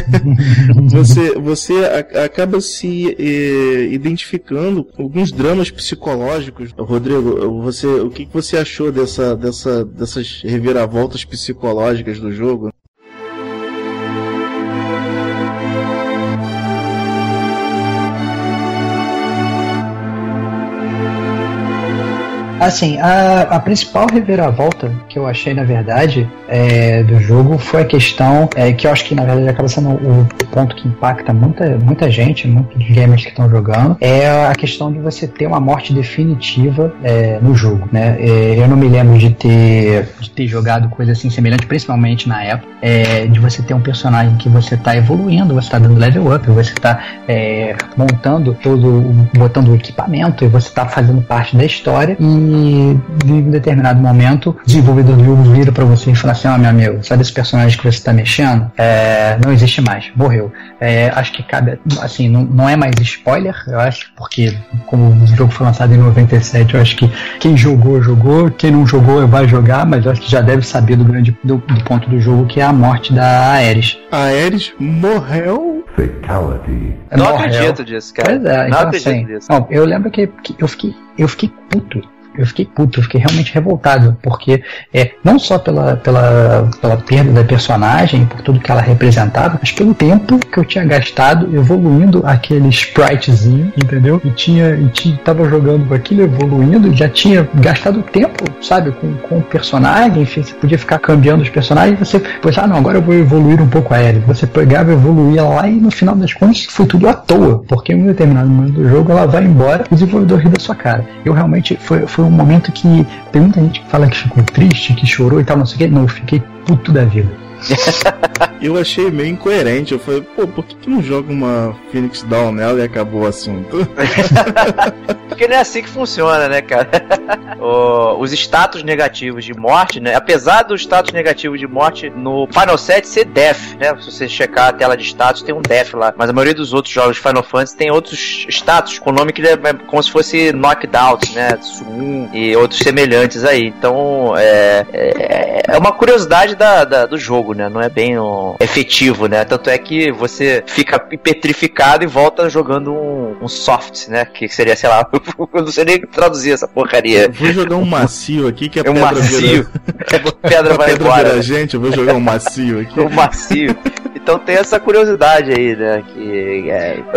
você acaba se identificando com alguns dramas psicológicos. Rodrigo, o que você achou dessas reviravoltas psicológicas do jogo? Assim, a principal reviravolta que eu achei, na verdade, do jogo foi a questão, que eu acho que, na verdade, acaba sendo o ponto que impacta muita gente, muitos gamers que estão jogando, é a questão de você ter uma morte definitiva no jogo, né? Eu não me lembro de ter jogado coisa assim semelhante, principalmente na época, de você ter um personagem que você está evoluindo, você está dando level up, você está montando botando o equipamento, e você está fazendo parte da história, e em um determinado momento o desenvolvedor do jogo vira pra você e fala assim: meu amigo, sabe esse personagem que você tá mexendo? Não existe mais, morreu. Acho que cabe, assim, não é mais spoiler, eu acho, porque como o jogo foi lançado em 97, eu acho que quem jogou, quem não jogou vai jogar, mas eu acho que já deve saber do ponto do jogo, que é a morte da Aeris. A Aeris morreu? Fatality. Não acredito disso, cara. Pois é, não então, acredito assim, disso. Não, eu lembro que eu fiquei puto. Eu fiquei realmente revoltado, porque não só pela perda da personagem, por tudo que ela representava, mas pelo tempo que eu tinha gastado evoluindo aquele spritezinho, entendeu? E tava jogando com aquilo, evoluindo, já tinha gastado tempo, sabe, com o personagem, enfim, você podia ficar cambiando os personagens, você, agora eu vou evoluir um pouco a Ellie. Você pegava e evoluía lá, e no final das contas foi tudo à toa, porque em um determinado momento do jogo ela vai embora e o desenvolvedor ri da sua cara. Eu realmente, foi um momento que tem muita gente que fala que ficou triste, que chorou e tal, não sei o que. Não, eu fiquei puto da vida. Eu achei meio incoerente. Eu falei, por que não joga uma Phoenix Down nela e acabou o assunto? Porque não é assim que funciona, né, cara? Os status negativos de morte, né? Apesar do status negativo de morte no Final 7 ser death, né? Se você checar a tela de status, tem um death lá. Mas a maioria dos outros jogos de Final Fantasy tem outros status com nome que é como se fosse knockdown, né? Summon e outros semelhantes aí. Então, é uma curiosidade do jogo, né? Não é bem efetivo, né? Tanto é que você fica petrificado e volta jogando um soft, né? Que seria, sei lá, eu não sei nem traduzir essa porcaria. Vou jogar um macio aqui, que a pedra macio. Pedra vai embora. Vira gente, eu vou jogar um macio aqui. Um macio. Então tem essa curiosidade aí, né? Que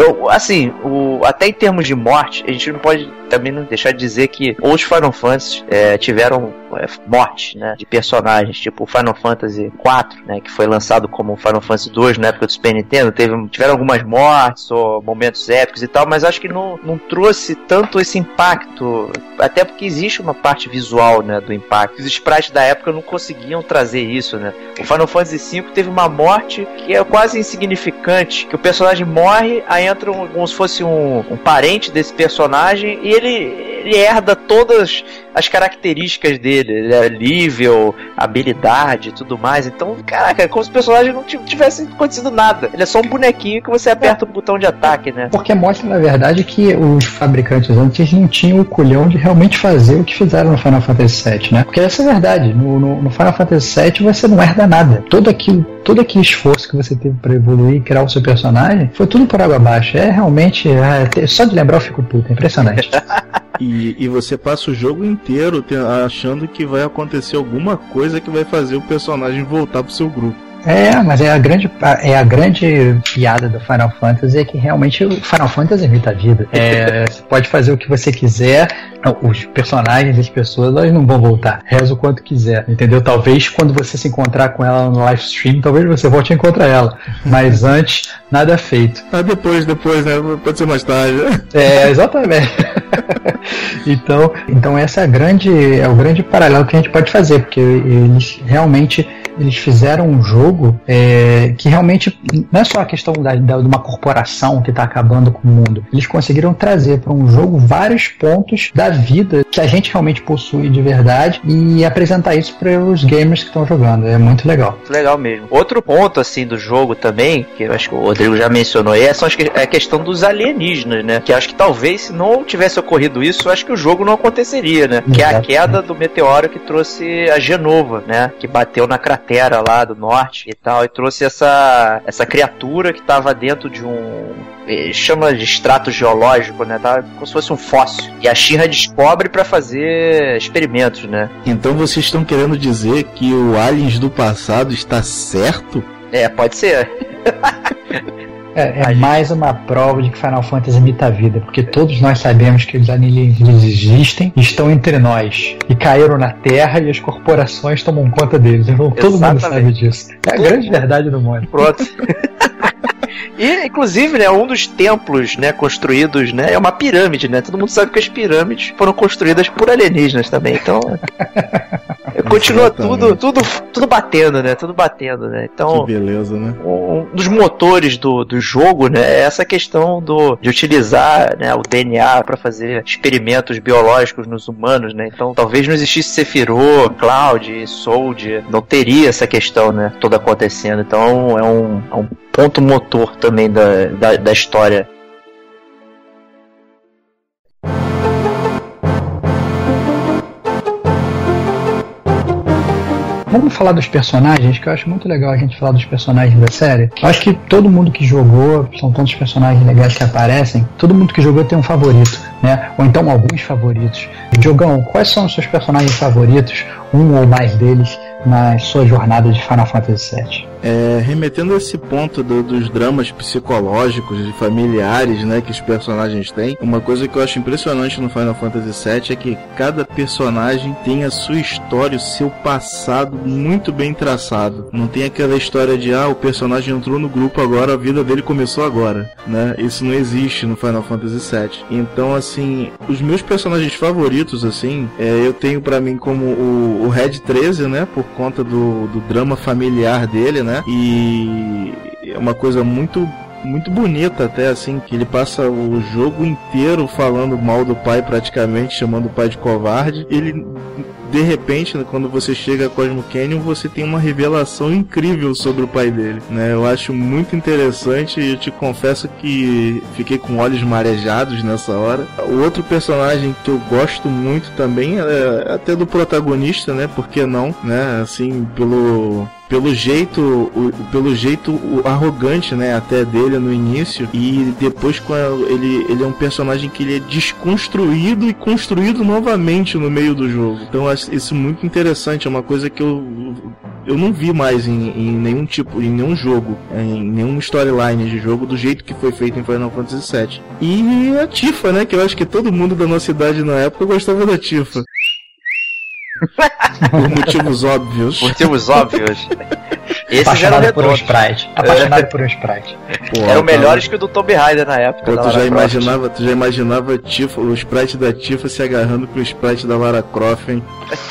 até em termos de morte, a gente não pode também não deixar de dizer que outros Final Fantasy tiveram morte, né, de personagens, tipo Final Fantasy IV, né, que foi lançado como Final Fantasy II na época do Super Nintendo, tiveram algumas mortes ou momentos épicos e tal, mas acho que não trouxe tanto esse impacto, até porque existe uma parte visual, né, do impacto. Os sprites da época não conseguiam trazer isso, né. O Final Fantasy V teve uma morte que é quase insignificante, que o personagem morre, aí entra como se fosse um parente desse personagem e ele herda todas as características dele, né? Nível, habilidade e tudo mais. Então, caraca, é como se o personagem não tivesse acontecido nada. Ele é só um bonequinho que você aperta o botão de ataque, né? Porque mostra, na verdade, que os fabricantes antes não tinham o culhão de realmente fazer o que fizeram no Final Fantasy VII, né? Porque essa é a verdade. No Final Fantasy VII você não herda nada. Todo aquele esforço que você teve para evoluir e criar o seu personagem foi tudo por água abaixo. É realmente... só de lembrar eu fico puto. É impressionante. E você passa o jogo inteiro achando que vai acontecer alguma coisa que vai fazer o personagem voltar pro seu grupo. Mas a grande piada do Final Fantasy é que realmente o Final Fantasy imita a vida. Você pode fazer o que você quiser, os personagens, as pessoas, elas não vão voltar. Reza o quanto quiser, entendeu? Talvez quando você se encontrar com ela no live stream, talvez você volte a encontrar ela. Mas antes, nada feito. Depois, né? Pode ser mais tarde. Exatamente. Então essa é o grande paralelo que a gente pode fazer, porque eles fizeram um jogo que realmente não é só a questão de uma corporação que está acabando com o mundo. Eles conseguiram trazer para um jogo vários pontos da vida que a gente realmente possui de verdade e apresentar isso para os gamers que estão jogando. É muito legal. Muito legal mesmo. Outro ponto assim do jogo também, que eu acho que o Rodrigo já mencionou aí, é a questão dos alienígenas, né? Que acho que talvez se não tivesse ocorrido isso, eu acho que o jogo não aconteceria, né? Que é a queda do meteoro que trouxe a Genova, né? Que bateu na cratera lá do norte e tal, e trouxe essa criatura que estava dentro de chama de extrato geológico, né? Tava como se fosse um fóssil. E a Shinra descobre para fazer experimentos, né? Então vocês estão querendo dizer que o Aliens do passado está certo? Pode ser. Mais uma prova de que Final Fantasy imita a vida, porque todos nós sabemos que os alienígenas existem, estão entre nós e caíram na Terra e as corporações tomam conta deles. Então, todo mundo sabe disso. É a grande verdade do mundo. Pronto. E, inclusive, né, um dos templos, né, construídos, né, é uma pirâmide, né? Todo mundo sabe que as pirâmides foram construídas por alienígenas também, então... Continua tudo batendo, né? Tudo batendo, né? Então, que beleza, né? Um dos motores do jogo, né, é essa questão de utilizar, né, o DNA para fazer experimentos biológicos nos humanos, né? Então, talvez não existisse Sephiroth, Cloud, Sold, não teria essa questão, né, toda acontecendo. Então, é um ponto motor também da história. Vamos falar dos personagens, que eu acho muito legal a gente falar dos personagens da série. Eu acho que todo mundo que jogou, são tantos personagens legais que aparecem, todo mundo que jogou tem um favorito, né? Ou então alguns favoritos. Diogão, quais são os seus personagens favoritos, um ou mais deles, na sua jornada de Final Fantasy VII? Remetendo a esse ponto dos dramas psicológicos e familiares, né, que os personagens têm, uma coisa que eu acho impressionante no Final Fantasy VII é que cada personagem tem a sua história, o seu passado muito bem traçado. Não tem aquela história de o personagem entrou no grupo agora, a vida dele começou agora, né? Isso não existe no Final Fantasy VII. Então, assim, os meus personagens favoritos, assim, eu tenho pra mim como o Red 13, né, por conta do drama familiar dele, né? E é uma coisa muito bonita até, assim, que ele passa o jogo inteiro falando mal do pai, praticamente, chamando o pai de covarde. Ele, de repente, quando você chega a Cosmo Canyon, você tem uma revelação incrível sobre o pai dele, né? Eu acho muito interessante e eu te confesso que fiquei com olhos marejados nessa hora. O outro personagem que eu gosto muito também é até do protagonista, né? Por que não, né? Assim, pelo jeito arrogante, né, até dele no início, e depois ele é um personagem que ele é desconstruído e construído novamente no meio do jogo. Então eu acho isso muito interessante, é uma coisa que eu não vi mais em nenhum jogo, em nenhuma storyline de jogo do jeito que foi feito em Final Fantasy VII. E a Tifa, né, que eu acho que todo mundo da nossa idade na época gostava da Tifa. Por motivos óbvios. Motivos óbvios. Esses eram Apaixonado por um redondos. Sprite. Apaixonado por um Sprite. Pô, Eram cara, melhores que o do Tomb Raider na época. pô, da tu Lara já Croft. imaginava o Sprite da Tifa se agarrando com o Sprite da Lara Croft, hein?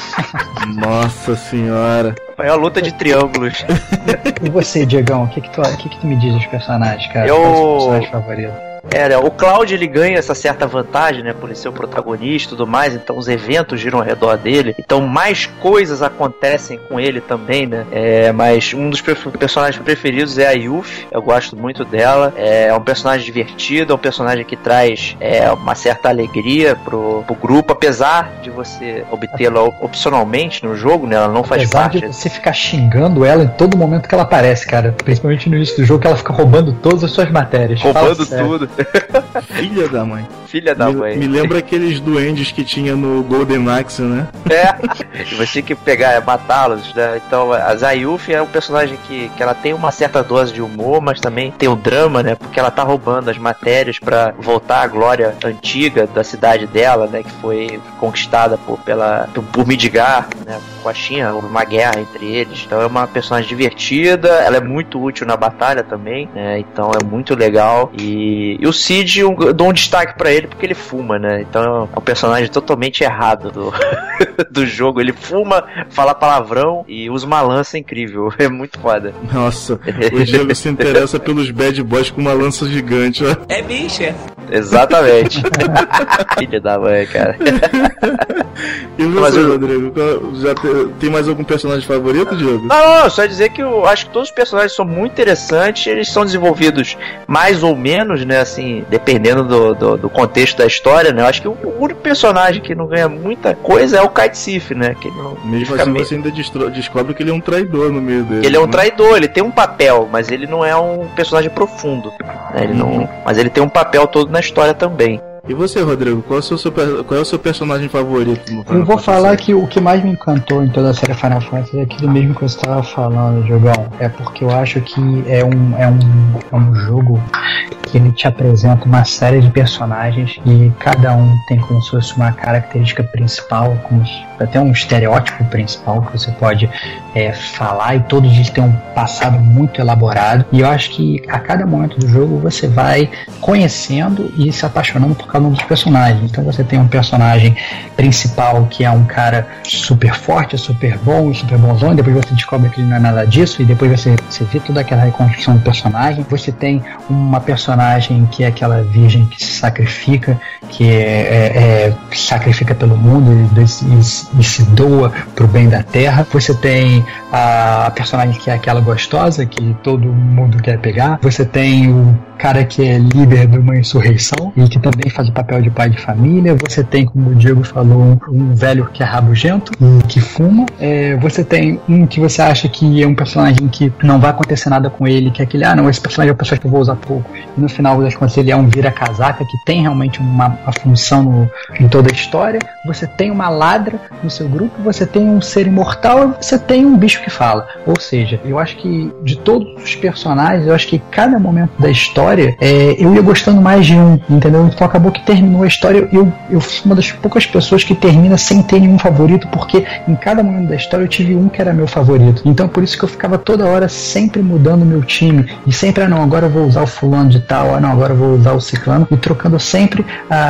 Nossa senhora. Foi uma luta de triângulos. E você, Diegão, o que tu me diz dos personagens, cara? Eu- Quais são os personagens favoritos? O Cloud, ele ganha essa certa vantagem, né, por ele ser o protagonista e tudo mais, então os eventos giram ao redor dele, então mais coisas acontecem com ele também, né, mas um dos personagens preferidos é a Yuffie, eu gosto muito dela, é um personagem divertido, é um personagem que traz uma certa alegria pro grupo, apesar de você obtê-la opcionalmente no jogo, né, ela não faz Apesar parte. de você ficar xingando ela em todo momento que ela aparece, cara. Principalmente no início do jogo, que ela fica roubando todas as suas matérias. Roubando Fala sério. tudo. Filha da mãe. Filha da mãe. Me lembra aqueles duendes que tinha no Golden Axe, né? E você tem que pegar, matá-los, né? Então a Zayufi é um personagem que ela tem uma certa dose de humor, mas também tem o drama, né? Porque ela tá roubando as matérias pra voltar à glória antiga da cidade dela, né? Que foi conquistada por Midgar, né? Com a China, houve uma guerra entre eles. Então é uma personagem divertida, ela é muito útil na batalha também, né? Então é muito legal. E o Cid, eu dou um destaque pra ele porque ele fuma, né? Então é um personagem totalmente errado do jogo. Ele fuma, fala palavrão e usa uma lança incrível. É muito foda. Nossa, o Diego se interessa pelos bad boys com uma lança gigante, ó. É bicha. Exatamente. Filha da mãe, cara. E você, Rodrigo? Tem mais algum personagem favorito, Diego? Não, só dizer que eu acho que todos os personagens são muito interessantes, eles são desenvolvidos mais ou menos, né, assim, dependendo do contexto da história, né, eu acho que o único personagem que não ganha muita coisa é o Kite Sif, né, que ele não Mesmo fica assim, meio... você ainda descobre que ele é um traidor no meio dele. Ele é um né? traidor, ele tem um papel, mas ele não é um personagem profundo, né, ele não... mas ele tem um papel todo na história também. E você, Rodrigo, qual é o seu personagem favorito no Final Eu vou Fantasy falar VII? que o que mais me encantou em toda a série Final Fantasy é aquilo mesmo que você estava falando, Jogão. É porque eu acho que é um jogo que ele te apresenta uma série de personagens e cada um tem como se fosse uma característica principal, como até um estereótipo principal que você pode falar, e todos eles têm um passado muito elaborado. E eu acho que a cada momento do jogo você vai conhecendo e se apaixonando por cada um dos personagens. Então você tem um personagem principal que é um cara super forte, super bom, super bonzão, e depois você descobre que ele não é nada disso, e depois você vê toda aquela reconstrução do personagem. Você tem uma personagem que é aquela virgem que se sacrifica, que sacrifica pelo mundo e se doa pro bem da terra. Você tem a personagem que é aquela gostosa que todo mundo quer pegar. Você tem o cara que é líder de uma insurreição e que também faz o papel de pai de família. Você tem, como o Diego falou, um velho que é rabugento e que fuma. Você tem um que você acha que é um personagem que não vai acontecer nada com ele, que é aquele, não, esse personagem é o personagem que eu vou usar pouco. E no final das contas ele é um vira-casaca que tem realmente uma função em toda a história. Você tem uma ladra no seu grupo, você tem um ser imortal e você tem um bicho que fala. Ou seja, eu acho que de todos os personagens, eu acho que cada momento da história eu ia gostando mais de um, entendeu? Então acabou que terminou a história, eu fui uma das poucas pessoas que termina sem ter nenhum favorito, porque em cada momento da história eu tive um que era meu favorito. Então por isso que eu ficava toda hora sempre mudando meu time, e sempre, não, agora eu vou usar o fulano de tal, não, agora eu vou usar o ciclano, e trocando sempre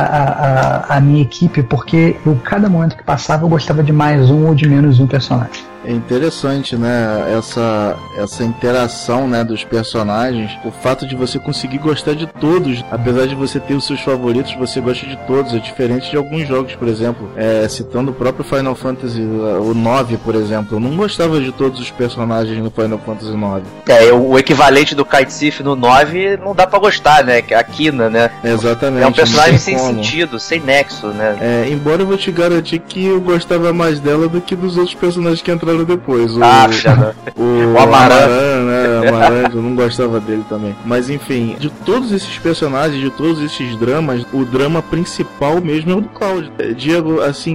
a minha equipe, porque cada momento que passava eu gostava de mais um ou de menos um personagem. É interessante, né, essa interação, né, dos personagens, o fato de você conseguir gostar de todos, apesar de você ter os seus favoritos, você gosta de todos, é diferente de alguns jogos, por exemplo, citando o próprio Final Fantasy, o 9, por exemplo, eu não gostava de todos os personagens no Final Fantasy 9. O equivalente do Kite Sif no 9 não dá pra gostar, né, que é a Kina, né? Exatamente. É um personagem sem sentido, sem nexo, né? Embora eu vou te garantir que eu gostava mais dela do que dos outros personagens que entraram depois. O Amaran, né? Amaran, eu não gostava dele também. Mas enfim, de todos esses personagens, de todos esses dramas, o drama principal mesmo é o do Cloud. Diego, assim,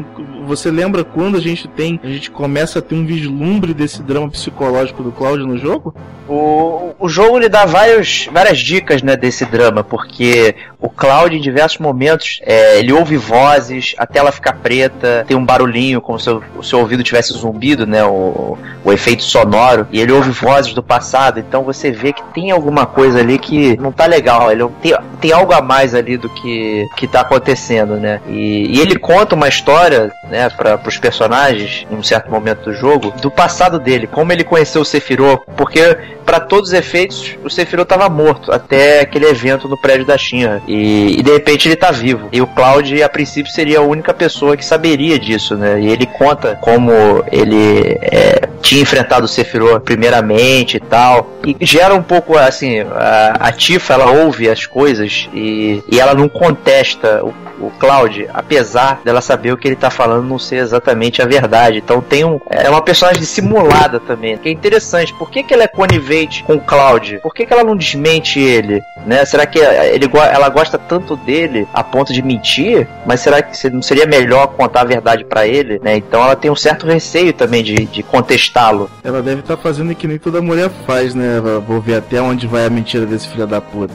Você lembra quando a gente começa a ter um vislumbre desse drama psicológico do Cloud no jogo? O jogo lhe dá várias dicas, né, desse drama, porque o Cloud, em diversos momentos, ele ouve vozes, a tela fica preta, tem um barulhinho como se o seu ouvido tivesse zumbido, né, o efeito sonoro, e ele ouve vozes do passado, então você vê que tem alguma coisa ali que não tá legal, tem algo a mais ali do que tá acontecendo, né, e ele conta uma história, né, para os personagens, em um certo momento do jogo, do passado dele, como ele conheceu o Sephiroth, porque para todos os efeitos o Sephiroth estava morto até aquele evento no prédio da Shinra, e de repente ele tá vivo, e o Cloud a princípio seria a única pessoa que saberia disso, né, e ele conta como ele tinha enfrentado o Sephiroth primeiramente e tal, e gera um pouco assim, a Tifa, ela ouve as coisas e ela não contesta o Cloud, apesar dela saber o que ele tá falando não ser exatamente a verdade. Então é uma personagem dissimulada também, que é interessante. Por que ela é conivente com o Cloud? Por que ela não desmente ele? Né? Será que ela gosta tanto dele a ponto de mentir? Mas será que não seria melhor contar a verdade pra ele? Né? Então ela tem um certo receio também de contestá-lo. Ela deve estar fazendo que nem toda mulher faz, né? Vou ver até onde vai a mentira desse filho da puta.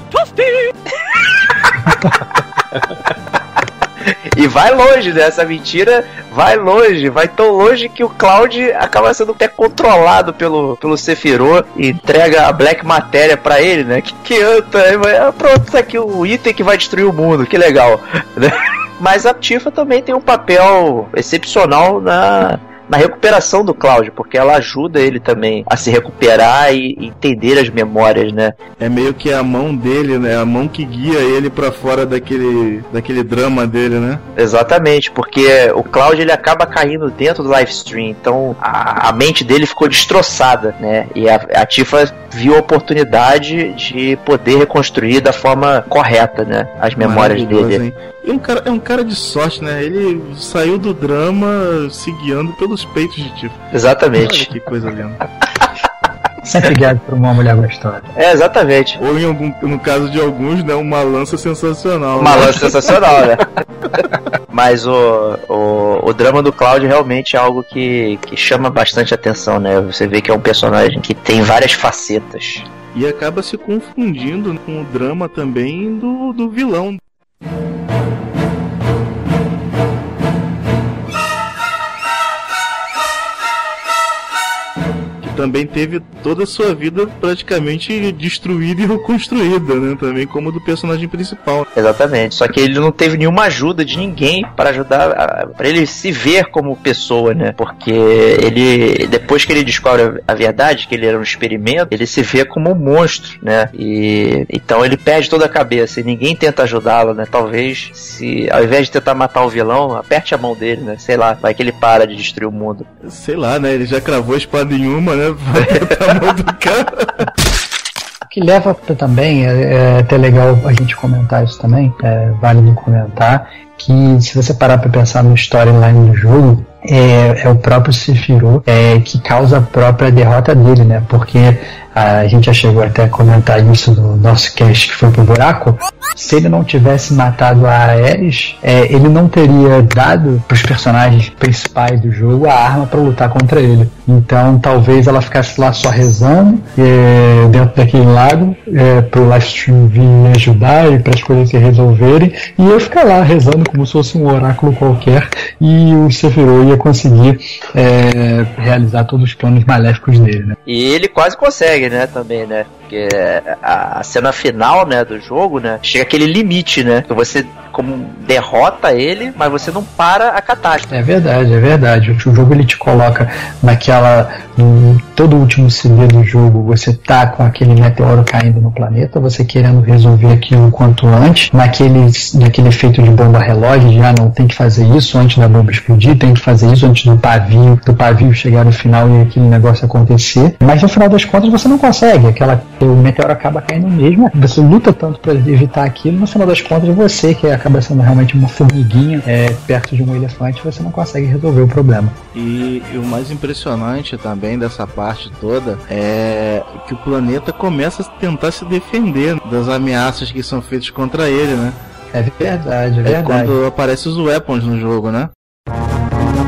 E vai longe, né? Essa mentira vai longe, vai tão longe que o Cloud acaba sendo até controlado pelo Sephiroth e entrega a Black Matéria pra ele, né? Pronto, tá aqui o item que vai destruir o mundo, que legal, né? Mas a Tifa também tem um papel excepcional na recuperação do Cloud, porque ela ajuda ele também a se recuperar e entender as memórias, né? É meio que a mão dele, né? A mão que guia ele pra fora daquele drama dele, né? Exatamente, porque o Cloud, ele acaba caindo dentro do live stream, então a mente dele ficou destroçada, né? E a Tifa viu a oportunidade de poder reconstruir da forma correta, né? As memórias dele. Hein? E é um cara de sorte, né? Ele saiu do drama se guiando pelos peitos de Tifa. Exatamente. Olha que coisa linda. Sempre guiado por uma mulher gostosa. Exatamente. Ou no caso de alguns, né? Uma lança sensacional. Uma lança sensacional, né? Mas o drama do Cloud realmente é algo que chama bastante atenção, né? Você vê que é um personagem que tem várias facetas. E acaba se confundindo com o drama também do vilão. Também teve toda a sua vida praticamente destruída e reconstruída, né? Também como do personagem principal. Exatamente. Só que ele não teve nenhuma ajuda de ninguém para ajudar, para ele se ver como pessoa, né? Porque ele, depois que ele descobre a verdade, que ele era um experimento, ele se vê como um monstro, né? E então ele perde toda a cabeça e ninguém tenta ajudá-lo, né? Talvez, se ao invés de tentar matar o vilão, aperte a mão dele, né? Sei lá, vai que ele para de destruir o mundo. Sei lá, né? Ele já cravou a espada em uma, né? Vai apertar a mão do cara. O que leva também, é até legal a gente comentar isso também, é válido comentar, que se você parar pra pensar no storyline do jogo, é o próprio Sephiroth que causa a própria derrota dele, né? Porque a gente já chegou até a comentar isso no nosso cast que foi pro buraco. Se ele não tivesse matado a Ares, ele não teria dado pros personagens principais do jogo a arma para lutar contra ele. Então talvez ela ficasse lá só rezando dentro daquele lago pro livestream vir ajudar e para as coisas se resolverem, e eu ficar lá rezando como se fosse um oráculo qualquer, e o Sephiroth ia conseguir realizar todos os planos maléficos dele, né? E ele quase consegue, né, também, né? Porque a cena final, né, do jogo, né, chega aquele limite, né, que você como derrota ele, mas você não para a catástrofe. É verdade. O jogo ele te coloca todo o último CD do jogo, você tá com aquele meteoro caindo no planeta, você querendo resolver aquilo o quanto antes, naquele efeito de bomba relógio, de não, tem que fazer isso antes da bomba explodir, tem que fazer isso antes do pavio chegar no final e aquele negócio acontecer, mas no final das contas você não consegue, o meteoro acaba caindo mesmo, você luta tanto para evitar aquilo, no final das contas você que acaba sendo realmente uma formiguinha perto de um elefante, você não consegue resolver o problema. E o mais impressionante também dessa parte toda é que o planeta começa a tentar se defender das ameaças que são feitas contra ele, né? É verdade. Quando aparecem os weapons no jogo, né?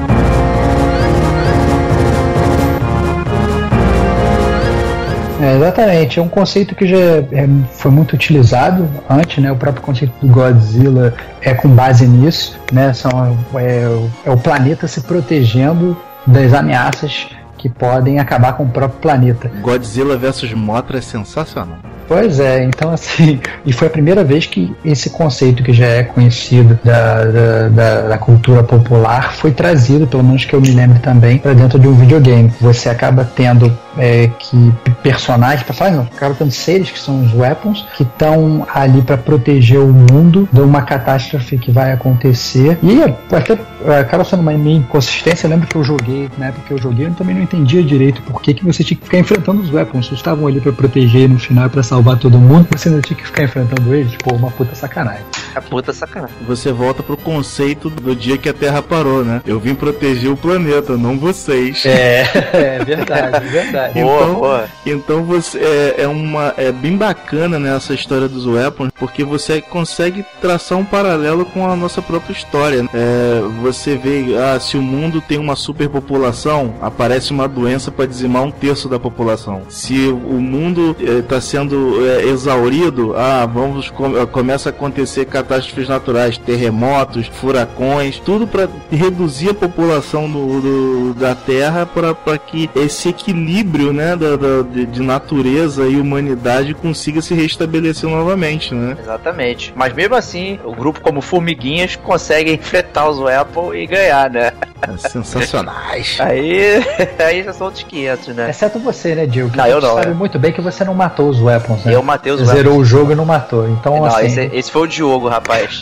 Exatamente, é um conceito que já foi muito utilizado antes, né? O próprio conceito do Godzilla é com base nisso, né? É o planeta se protegendo das ameaças que podem acabar com o próprio planeta. Godzilla vs Mothra é sensacional. Pois é, então assim, e foi a primeira vez que esse conceito que já é conhecido da cultura popular foi trazido, pelo menos que eu me lembro também, para dentro de um videogame. Você acaba tendo personagens, acaba tendo seres que são os weapons, que estão ali para proteger o mundo de uma catástrofe que vai acontecer. E até acaba sendo uma minha inconsistência. Eu lembro que eu joguei, na época que eu joguei, eu também não entendia direito por que você tinha que ficar enfrentando os weapons. Eles estavam ali para proteger no final, para salvar todo mundo, você ainda tinha que ficar enfrentando eles, pô, uma puta sacanagem. A puta sacanagem. Você volta pro conceito do dia que a Terra parou, né? Eu vim proteger o planeta, não vocês. É verdade, verdade. Então você é bem bacana, né, essa história dos weapons, porque você consegue traçar um paralelo com a nossa própria história. Você vê, se o mundo tem uma superpopulação, aparece uma doença para dizimar 1/3 da população. Se o mundo está sendo exaurido, começa a acontecer catástrofes naturais, terremotos, furacões, tudo para reduzir a população da Terra, para que esse equilíbrio, né, de natureza e humanidade consiga se restabelecer novamente, né? Exatamente. Mas mesmo assim, o grupo como Formiguinhas consegue enfrentar os Apple e ganhar, né? Sensacionais. Aí já são outros 500, né? Exceto você, né, Diego? Não, eu não. Sabe muito bem que você não matou os weapons, né? Eu matei os weapons. Zerou o jogo e não matou. Então, não, assim... esse foi o Diogo, rapaz.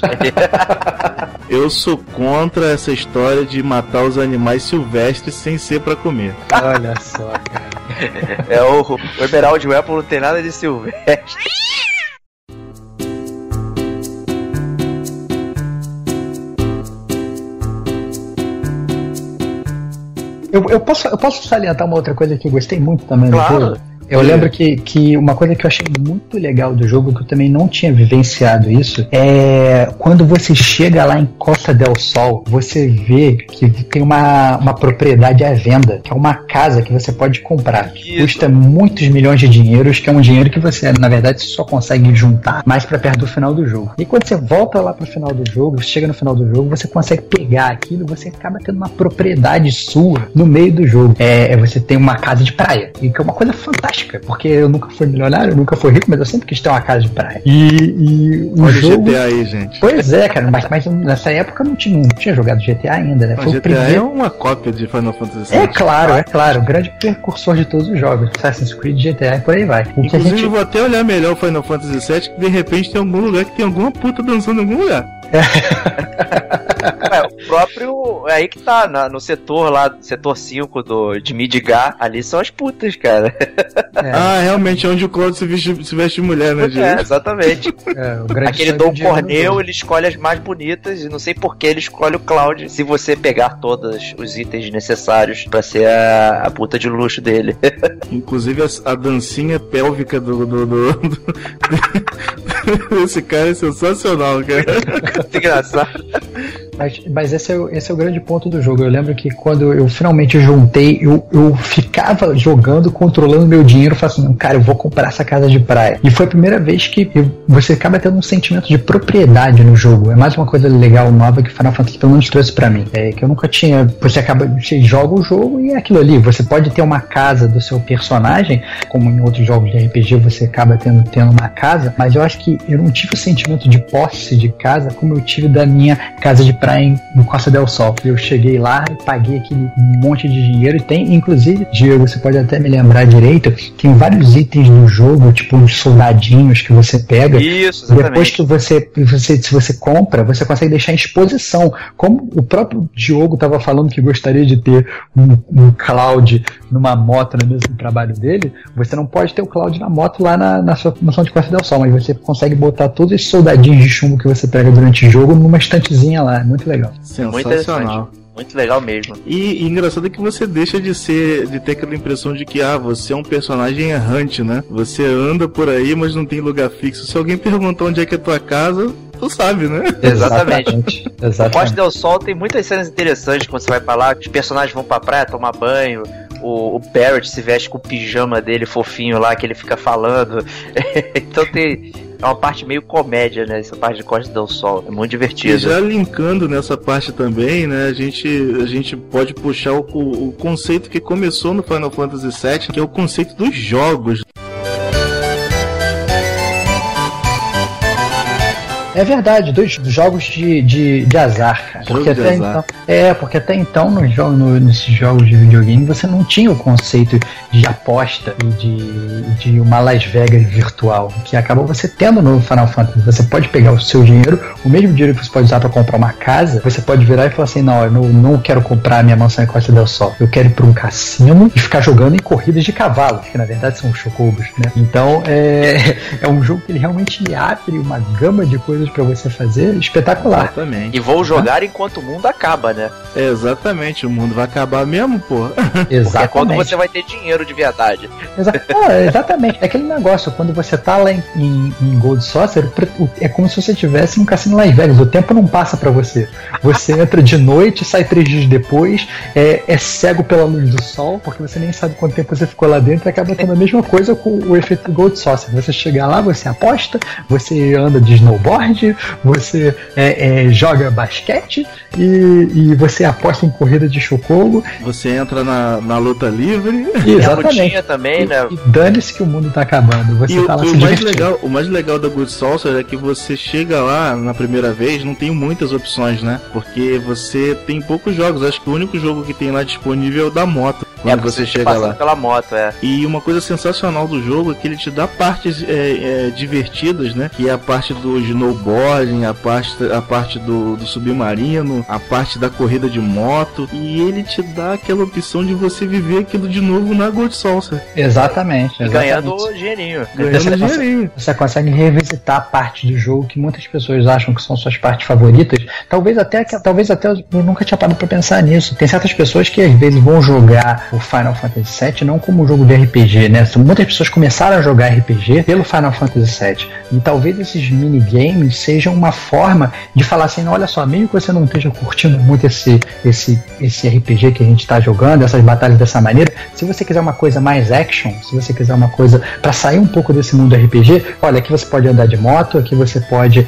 Eu sou contra essa história de matar os animais silvestres sem ser pra comer. Olha só, cara. O Emerald Weapon não tem nada de silvestre. Eu posso salientar uma outra coisa que eu gostei muito também do Claro. jogo? Eu lembro que uma coisa que eu achei muito legal do jogo, que eu também não tinha vivenciado isso, é quando você chega lá em Costa del Sol, você vê que tem uma propriedade à venda, que é uma casa que você pode comprar. Isso. Custa muitos milhões de dinheiros, que é um dinheiro que você, na verdade, só consegue juntar mais pra perto do final do jogo. E quando você volta lá pro final do jogo, chega no final do jogo, você consegue pegar aquilo, você acaba tendo uma propriedade sua no meio do jogo. Você tem uma casa de praia, e que é uma coisa fantástica. Porque eu nunca fui milionário, eu nunca fui rico, mas eu sempre quis ter uma casa de praia. E o Olha jogo... o GTA aí, gente. Pois é, cara, mas nessa época eu não tinha jogado GTA ainda, né? O GTA é uma cópia de Final Fantasy VII. É claro, grande precursor de todos os jogos. Assassin's Creed, GTA e por aí vai. Inclusive, eu vou até olhar melhor o Final Fantasy VII, que de repente tem algum lugar que tem alguma puta dançando em algum lugar. O próprio. É aí que tá, no setor lá, setor 5 de Midgar, ali são as putas, cara. Realmente é onde o Cloud se veste de mulher, né, gente? Exatamente. Aquele Dom Corneu, ele escolhe as mais bonitas, e não sei por que ele escolhe o Cloud, se você pegar todos os itens necessários pra ser a puta de luxo dele. Inclusive a dancinha pélvica desse cara é sensacional, cara. Muito engraçado. Mas esse é o grande ponto do jogo. Eu lembro que quando eu finalmente juntei, eu ficava jogando, controlando meu dinheiro, falando assim, cara, eu vou comprar essa casa de praia. E foi a primeira vez que você acaba tendo um sentimento de propriedade no jogo. É mais uma coisa legal, nova, que Final Fantasy pelo menos trouxe pra mim. Que eu nunca tinha. Você joga o jogo e é aquilo ali. Você pode ter uma casa do seu personagem, como em outros jogos de RPG você acaba tendo uma casa, mas eu acho que eu não tive o sentimento de posse de casa como eu tive da minha casa de praia no Costa del Sol. Eu cheguei lá e paguei aquele monte de dinheiro e tem, inclusive, Diego, você pode até me lembrar direito, tem vários itens no jogo, tipo uns soldadinhos que você pega. Isso, exatamente. Depois que se você compra, você consegue deixar em exposição. Como o próprio Diogo estava falando que gostaria de ter um Cloud numa moto no mesmo trabalho dele, você não pode ter o Cloud na moto lá na sua mansão de Costa del Sol, mas você consegue botar todos esses soldadinhos de chumbo que você pega durante o jogo numa estantezinha lá. Muito legal. Sensacional. Muito legal mesmo. E engraçado é que você deixa de ter aquela impressão de que você é um personagem errante, né? Você anda por aí, mas não tem lugar fixo. Se alguém perguntar onde é que é a tua casa, tu sabe, né? Exatamente. O Costa del Sol tem muitas cenas interessantes quando você vai pra lá, os personagens vão pra praia tomar banho, o Barrett se veste com o pijama dele fofinho lá, que ele fica falando. Então é uma parte meio comédia, né? Essa parte de Costa del Sol. É muito divertido. E já linkando nessa parte também, né? A gente pode puxar o conceito que começou no Final Fantasy VII, que é o conceito dos jogos. É verdade, dos jogos de azar, cara. Porque até então nesses jogos de videogame você não tinha o conceito de aposta e de uma Las Vegas virtual, que acabou você tendo no Final Fantasy. Você pode pegar o seu dinheiro, o mesmo dinheiro que você pode usar para comprar uma casa, você pode virar e falar assim, não, eu não quero comprar minha mansão em Costa del Sol, eu quero ir para um cassino e ficar jogando em corridas de cavalos, que na verdade são os chocobos, né? Então é um jogo que ele realmente abre uma gama de coisas pra você fazer espetacular. Exatamente. E vou jogar enquanto o mundo acaba, né? Exatamente, o mundo vai acabar mesmo, pô. Exatamente. É quando você vai ter dinheiro de verdade. Exatamente. É aquele negócio, quando você tá lá em Gold Saucer, é como se você tivesse um cassino Las Vegas. O tempo não passa pra você. Você entra de noite, sai 3 dias depois, é cego pela luz do sol, porque você nem sabe quanto tempo você ficou lá dentro, e acaba tendo a mesma coisa com o efeito Gold Saucer. Você chega lá, você aposta, você anda de snowboard, você joga basquete e você aposta em corrida de chocobo. Você entra na luta livre. Exatamente. Também, né? E dane-se que o mundo tá acabando. Você tá lá se divertindo. O mais legal da Good Saucer é que você chega lá na primeira vez, não tem muitas opções, né? Porque você tem poucos jogos. Acho que o único jogo que tem lá disponível é o da moto. Quando você chega lá pela moto, E uma coisa sensacional do jogo é que ele te dá partes divertidas, né? Que é a parte do snowboarding, a parte do submarino, a parte da corrida de moto, e ele te dá aquela opção de você viver aquilo de novo na Gold Saucer. Exatamente. Ganhando dinheirinho. Você consegue revisitar a parte do jogo que muitas pessoas acham que são suas partes favoritas. Talvez até eu nunca tinha parado pra pensar nisso. Tem certas pessoas que às vezes vão jogar o Final Fantasy VII não como um jogo de RPG, né? Muitas pessoas começaram a jogar RPG pelo Final Fantasy VII. E talvez esses minigames sejam uma forma de falar assim, olha só, mesmo que você não esteja curtindo muito esse RPG que a gente está jogando, essas batalhas dessa maneira, se você quiser uma coisa mais action, se você quiser uma coisa para sair um pouco desse mundo RPG, olha, aqui você pode andar de moto, aqui você pode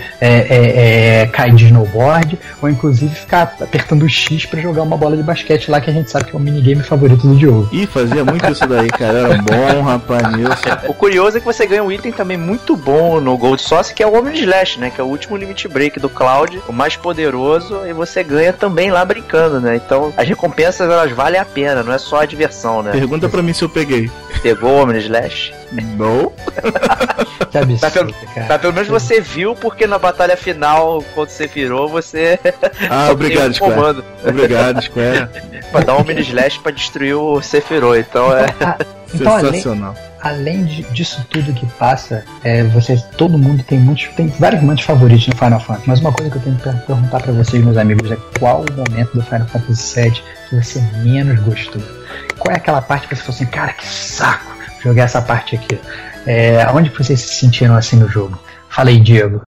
cair de snowboard, ou inclusive ficar apertando o X para jogar uma bola de basquete lá, que a gente sabe que é o minigame favorito do Diogo. Ih, fazia muito isso daí, cara, era bom, rapaz, nisso. O curioso é que você ganha um item também muito bom no Gold Saucer, que é o Omni Slash, né, que é o último Limit Break do Cloud, o mais poderoso, e você ganha também lá brincando, né, então as recompensas elas valem a pena, não é só a diversão, né. Pergunta pra mim se eu peguei. Pegou o Omni Slash? Não. Que absurdo, cara. Mas pelo menos você viu, porque na batalha final, quando você virou, você... obrigado, Square. Obrigado, Square. Pra dar um Omni Slash pra destruir o Sephiroth, então então, sensacional. Além disso tudo que passa, todo mundo tem vários momentos favoritos no Final Fantasy. Mas uma coisa que eu tenho que perguntar pra vocês, meus amigos, é qual o momento do Final Fantasy VII que você menos gostou? Qual é aquela parte que você falou assim, cara, que saco jogar essa parte aqui? Onde vocês se sentiram assim no jogo? Fala aí, Diego.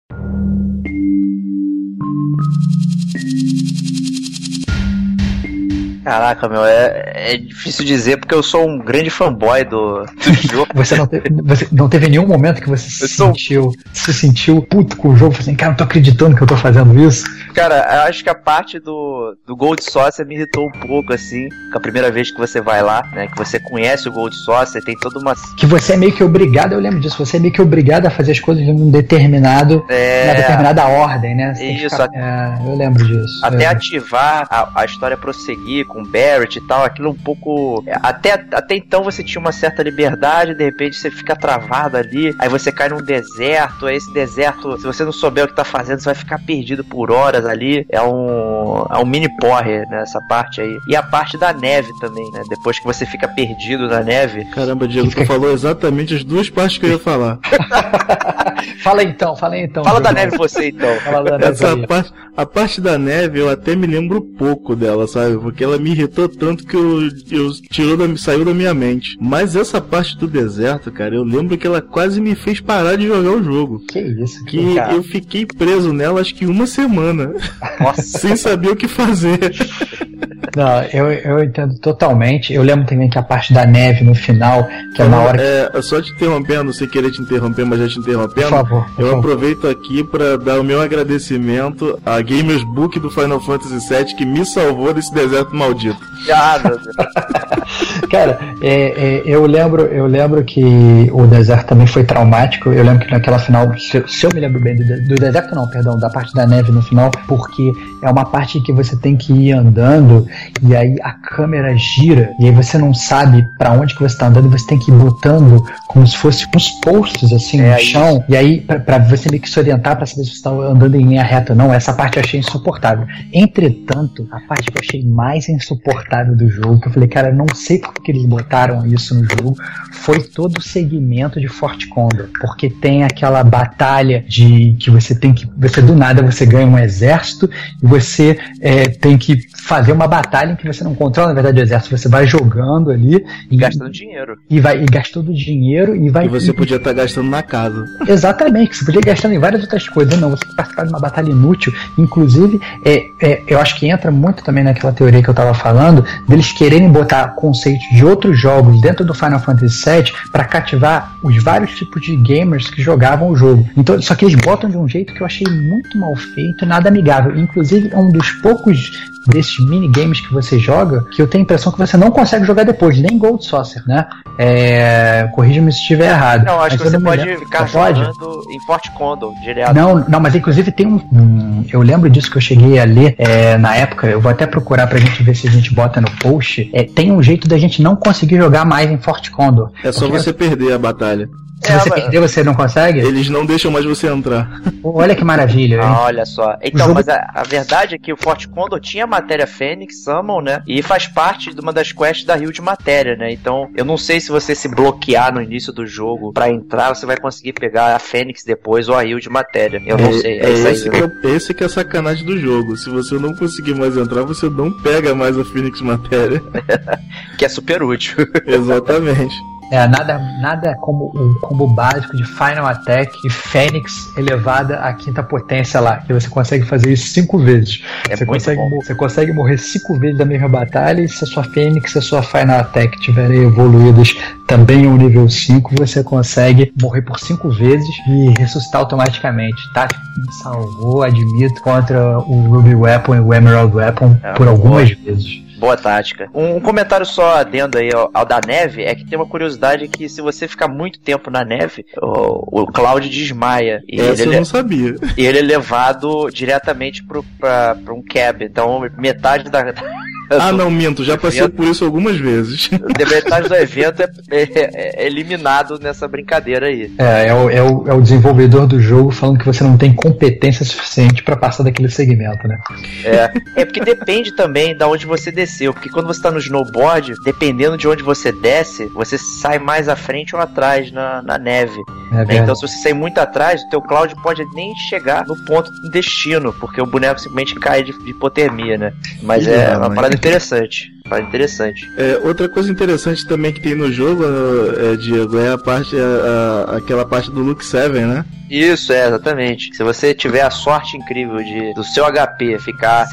Caraca, meu, é difícil dizer porque eu sou um grande fanboy do jogo. Você não teve nenhum momento que você se sentiu puto com o jogo? Assim, cara, não tô acreditando que eu tô fazendo isso. Cara, eu acho que a parte do Gold Saucer me irritou um pouco, assim, com a primeira vez que você vai lá, né, que você conhece o Gold Saucer, tem toda uma... Que você é meio que obrigado, eu lembro disso, você é meio que obrigado a fazer as coisas em uma determinada ordem, né? Você isso. Eu lembro disso. Até ativar a história prosseguir com o Barrett e tal, aquilo um pouco... Até então você tinha uma certa liberdade, de repente você fica travado ali, aí você cai num deserto, aí esse deserto, se você não souber o que tá fazendo, você vai ficar perdido por horas ali. É um mini porre, né, essa parte aí. E a parte da neve também, né? Depois que você fica perdido na neve. Caramba, Diego, tu falou exatamente as duas partes que eu ia falar. Fala então. Fala da neve você, então. Fala da neve. A parte da neve, eu até me lembro pouco dela, sabe? Porque ela me irritou tanto que saiu da minha mente. Mas essa parte do deserto, cara, eu lembro que ela quase me fez parar de jogar o jogo. Que isso, que cara. Eu fiquei preso nela acho que uma semana. Nossa. Sem saber o que fazer. Não, eu entendo totalmente. Eu lembro também que a parte da neve no final, que é na hora que... Só te interrompendo, sem querer te interromper, mas já te interrompendo, Por favor. eu aproveito aqui pra dar o meu agradecimento à Gamers Book do Final Fantasy VII, que me salvou desse deserto maldito. Ah, meu Deus. Cara, eu lembro que o deserto também foi traumático. Eu lembro que naquela final, se eu me lembro bem do deserto não, perdão, da parte da neve no final, porque é uma parte que você tem que ir andando e aí a câmera gira e aí você não sabe pra onde que você tá andando e você tem que ir botando como se fosse uns posts assim no chão, e aí pra você meio que se orientar pra saber se você tá andando em linha reta ou não. Essa parte eu achei insuportável. Entretanto, a parte que eu achei mais insuportável do jogo, que eu falei, cara, eu não sei por que eles botaram isso no jogo, foi todo o segmento de Fort Condor, porque tem aquela batalha de que você do nada você ganha um exército e você tem que fazer uma batalha em que você não controla na verdade o exército, você vai jogando ali e gastando dinheiro e gastando dinheiro e você podia estar gastando na casa. Exatamente, você podia gastar em várias outras coisas. Não, você participar de uma batalha inútil. Inclusive, eu acho que entra muito também naquela teoria que eu tava falando, deles quererem botar conceitos de outros jogos dentro do Final Fantasy VII para cativar os vários tipos de gamers que jogavam o jogo. Então, só que eles botam de um jeito que eu achei muito mal feito, nada amigável. Inclusive, é um dos poucos desses minigames que você joga que eu tenho a impressão que você não consegue jogar depois, nem Gold Saucer, né? Corrija-me se estiver errado. Não, acho que você pode ficar jogando em Fort Condor direto. Não, mas inclusive tem eu lembro disso que eu cheguei a ler na época, eu vou até procurar pra gente ver se a gente bota no post. Tem um jeito da gente não conseguir jogar mais em Fort Condor. É só você perder a batalha. Se você perder, você não consegue? Eles não deixam mais você entrar. Olha que maravilha, hein? Olha só. Então, mas a verdade é que o Fort Condor tinha matéria Fênix, Summon, né? E faz parte de uma das quests da Rio de Matéria, né? Então, eu não sei se você se bloquear no início do jogo pra entrar, você vai conseguir pegar a Fênix depois ou a Rio de Matéria. Eu não sei. Esse que é a sacanagem do jogo. Se você não conseguir mais entrar, você não pega mais a Fênix Matéria. Que é super útil. Exatamente. Nada como o combo básico de Final Attack e Fênix elevada à quinta potência lá, que você consegue fazer isso 5 vezes. Você consegue morrer 5 vezes da mesma batalha, e se a sua Fênix e a sua Final Attack tiverem evoluídas também ao nível 5, você consegue morrer por 5 vezes e ressuscitar automaticamente. Tá? Me salvou, admito, contra o Ruby Weapon e o Emerald Weapon por algumas vezes. Boa tática. Um comentário só adendo aí ao da neve é que tem uma curiosidade que se você ficar muito tempo na neve, o Cloud desmaia. E essa eu não sabia. E ele é levado diretamente pra um cab. Então metade da... não, minto, já passei por isso algumas vezes. Metade do evento é eliminado nessa brincadeira aí. É o desenvolvedor do jogo falando que você não tem competência suficiente pra passar daquele segmento, né? É porque depende também de onde você desceu, porque quando você tá no snowboard, dependendo de onde você desce, você sai mais à frente ou atrás na neve. Então se você sair muito atrás, o teu Cloud pode nem chegar no ponto de destino, porque o boneco simplesmente cai de hipotermia, né? Mas é uma parada interessante. Outra coisa interessante também que tem no jogo, Diego, é aquela parte do Luke 7, né? Isso, exatamente. Se você tiver a sorte incrível do seu HP ficar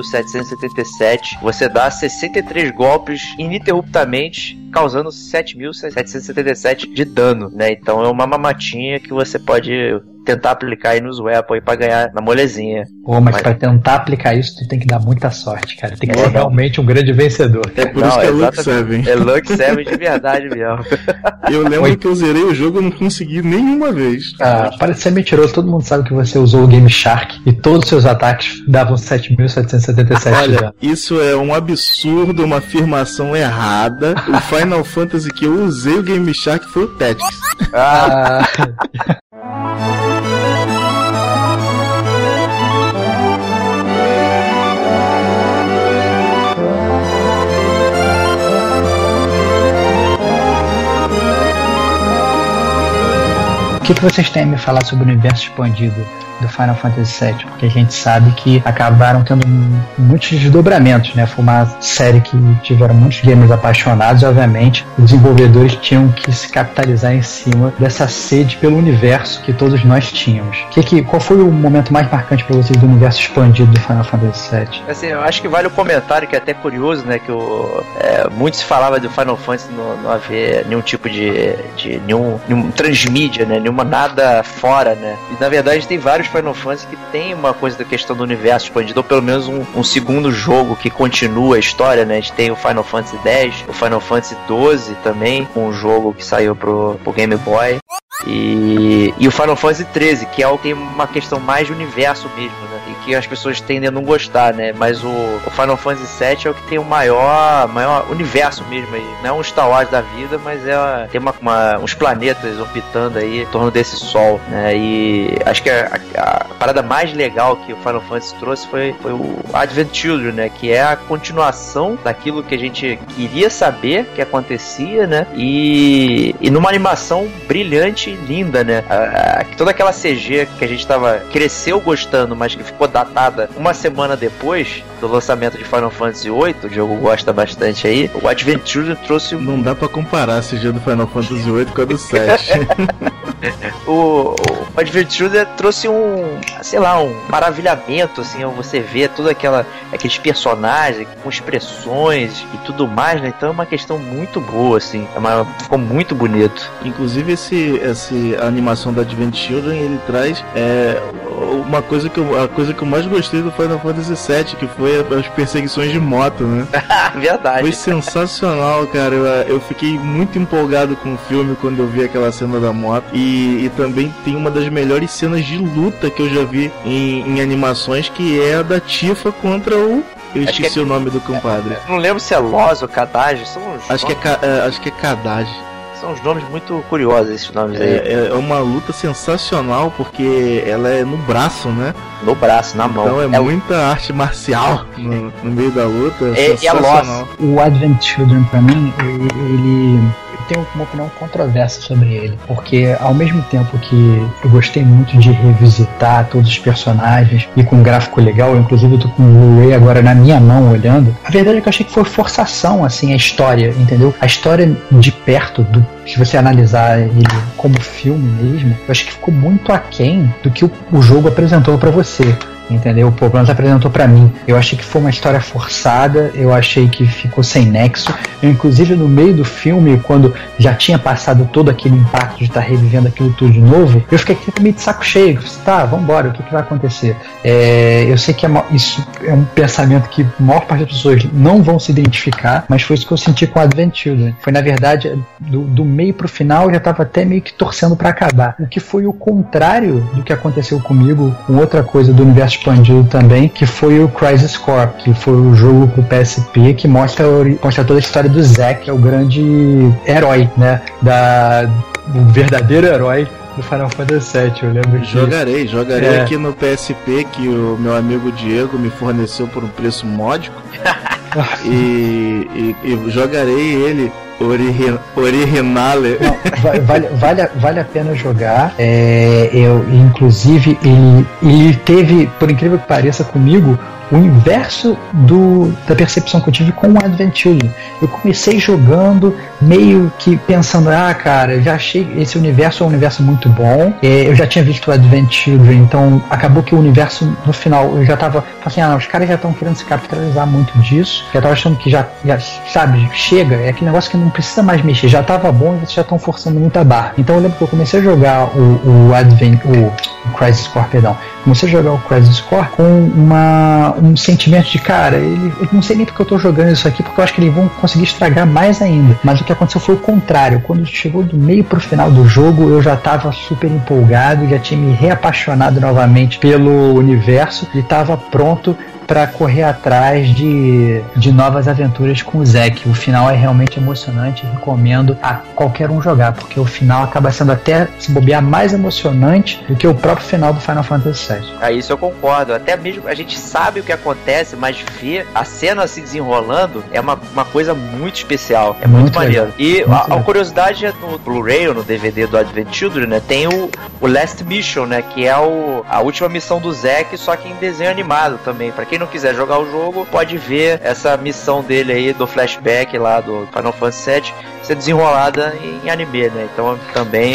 7.777, você dá 63 golpes ininterruptamente, causando 7.777 de dano, né? Então é uma mamatinha que você pode tentar aplicar aí nos weapons pra ganhar na molezinha. Mas pra tentar aplicar isso, tu tem que dar muita sorte, cara. Tem que ser realmente um grande vencedor. É por isso que é Luke 7. É Luke 7 de verdade mesmo. Eu lembro que eu zerei o jogo e não consegui nenhuma vez. Parece ser mentiroso. Todo mundo sabe que você usou o Game Shark e todos os seus ataques davam 7.777. Olha, isso é um absurdo, uma afirmação errada. O Final Fantasy que eu usei o Game Shark foi o Tactics. O que vocês têm a me falar sobre o universo expandido do Final Fantasy VII, porque a gente sabe que acabaram tendo muitos desdobramentos, né? Foi uma série que tiveram muitos gamers apaixonados e, obviamente, os desenvolvedores tinham que se capitalizar em cima dessa sede pelo universo que todos nós tínhamos. Qual foi o momento mais marcante para vocês do universo expandido do Final Fantasy VII? Assim, eu acho que vale o comentário, que é até curioso, né? Que muito se falava do Final Fantasy não haver nenhum tipo de nenhum transmídia, né? Nenhuma nada fora, né? E na verdade tem vários Final Fantasy que tem uma coisa da questão do universo expandido, ou pelo menos um segundo jogo que continua a história, né? A gente tem o Final Fantasy X, o Final Fantasy XII também, um jogo que saiu pro Game Boy. E o Final Fantasy XIII, que é o que tem uma questão mais de universo mesmo, né? E que as pessoas tendem a não gostar, né? Mas o Final Fantasy VII é o que tem o maior universo mesmo aí. Não é um Star Wars da vida, mas tem uns planetas orbitando aí em torno desse sol, né? E acho que a parada mais legal que o Final Fantasy trouxe foi o Advent Children, né? Que é a continuação daquilo que a gente queria saber que acontecia, né? E numa animação brilhante, linda, né? Toda aquela CG que a gente cresceu gostando, mas que ficou datada uma semana depois do lançamento de Final Fantasy VIII, o jogo gosta bastante aí. O Advent Children trouxe Não dá pra comparar a CG do Final Fantasy VIII com a do 7. o Advent Children trouxe um maravilhamento, assim, ao você ver todos aqueles personagens com expressões e tudo mais, né? Então é uma questão muito boa, assim, ficou muito bonito. Inclusive a animação da Advent Children, ele traz a coisa que eu mais gostei do Final Fantasy VII, que foi as perseguições de moto, né? Verdade. Foi sensacional, cara. Eu fiquei muito empolgado com o filme quando eu vi aquela cena da moto. E também tem uma das melhores cenas de luta que eu já vi em animações, que é a da Tifa contra o... Eu esqueci o nome do compadre. Não lembro se é Loz ou Kadaj. Acho que é Kadaj. São uns nomes muito curiosos, esses nomes aí. É uma luta sensacional, porque ela é no braço, né? No braço, na mão. Então é muita arte marcial no meio da luta. Sensacional. O Advent Children, pra mim, ele tenho uma opinião controversa sobre ele, porque ao mesmo tempo que eu gostei muito de revisitar todos os personagens e com um gráfico legal, inclusive eu tô com o Blu-ray agora na minha mão olhando, a verdade é que eu achei que foi forçação, assim, a história, entendeu? A história de perto, se você analisar ele como filme mesmo, eu acho que ficou muito aquém do que o jogo apresentou pra você. Entendeu? O pelo menos apresentou pra mim. Eu achei que foi uma história forçada, eu achei que ficou sem nexo. Eu, inclusive, no meio do filme, quando já tinha passado todo aquele impacto de estar revivendo aquilo tudo de novo, eu fiquei meio de saco cheio. Tá, vambora, o que vai acontecer? Eu sei que isso é um pensamento que a maior parte das pessoas não vão se identificar, mas foi isso que eu senti com Advent Children. Foi, na verdade, do meio pro final, eu já tava até meio que torcendo pra acabar. O que foi o contrário do que aconteceu comigo com outra coisa do universo expandido também, que foi o Crisis Core, que foi o jogo pro PSP que mostra toda a história do Zack, que é o grande herói, né? O verdadeiro herói do Final Fantasy VII. Eu lembro que... Jogarei aqui no PSP, que o meu amigo Diego me forneceu por um preço módico. e jogarei ele originale. Vale a pena jogar. Inclusive, ele teve, por incrível que pareça comigo, o inverso da percepção que eu tive com o Advent Children. Eu comecei jogando meio que pensando, cara, já achei esse universo é um universo muito bom. Eu já tinha visto o Advent Children, então acabou que o universo, no final, eu já tava assim, os caras já estão querendo se capitalizar muito disso. Já tava achando que já sabe, chega, é aquele negócio que não precisa mais mexer, já tava bom e vocês já estão forçando muita barra. Então eu lembro que eu comecei a jogar o Crisis Core, perdão. Comecei a jogar o Crisis Core com um sentimento de, cara, eu não sei nem porque eu tô jogando isso aqui, porque eu acho que eles vão conseguir estragar mais ainda. Mas o que aconteceu foi o contrário. Quando chegou do meio pro final do jogo, eu já tava super empolgado, já tinha me reapaixonado novamente pelo universo e tava pronto pra correr atrás de novas aventuras com o Zack. O final é realmente emocionante, recomendo a qualquer um jogar, porque o final acaba sendo até, se bobear, mais emocionante do que o próprio final do Final Fantasy VII. Isso eu concordo. Até mesmo a gente sabe o que acontece, mas ver a cena se desenrolando é uma coisa muito especial. É muito maneiro. E a curiosidade é no Blu-ray ou no DVD do Advent Children, né? Tem o Last Mission, né? Que é a última missão do Zack, só que em desenho animado também. Pra quem não quiser jogar o jogo, pode ver essa missão dele aí do flashback lá do Final Fantasy VII ser desenrolada em anime, né? Então também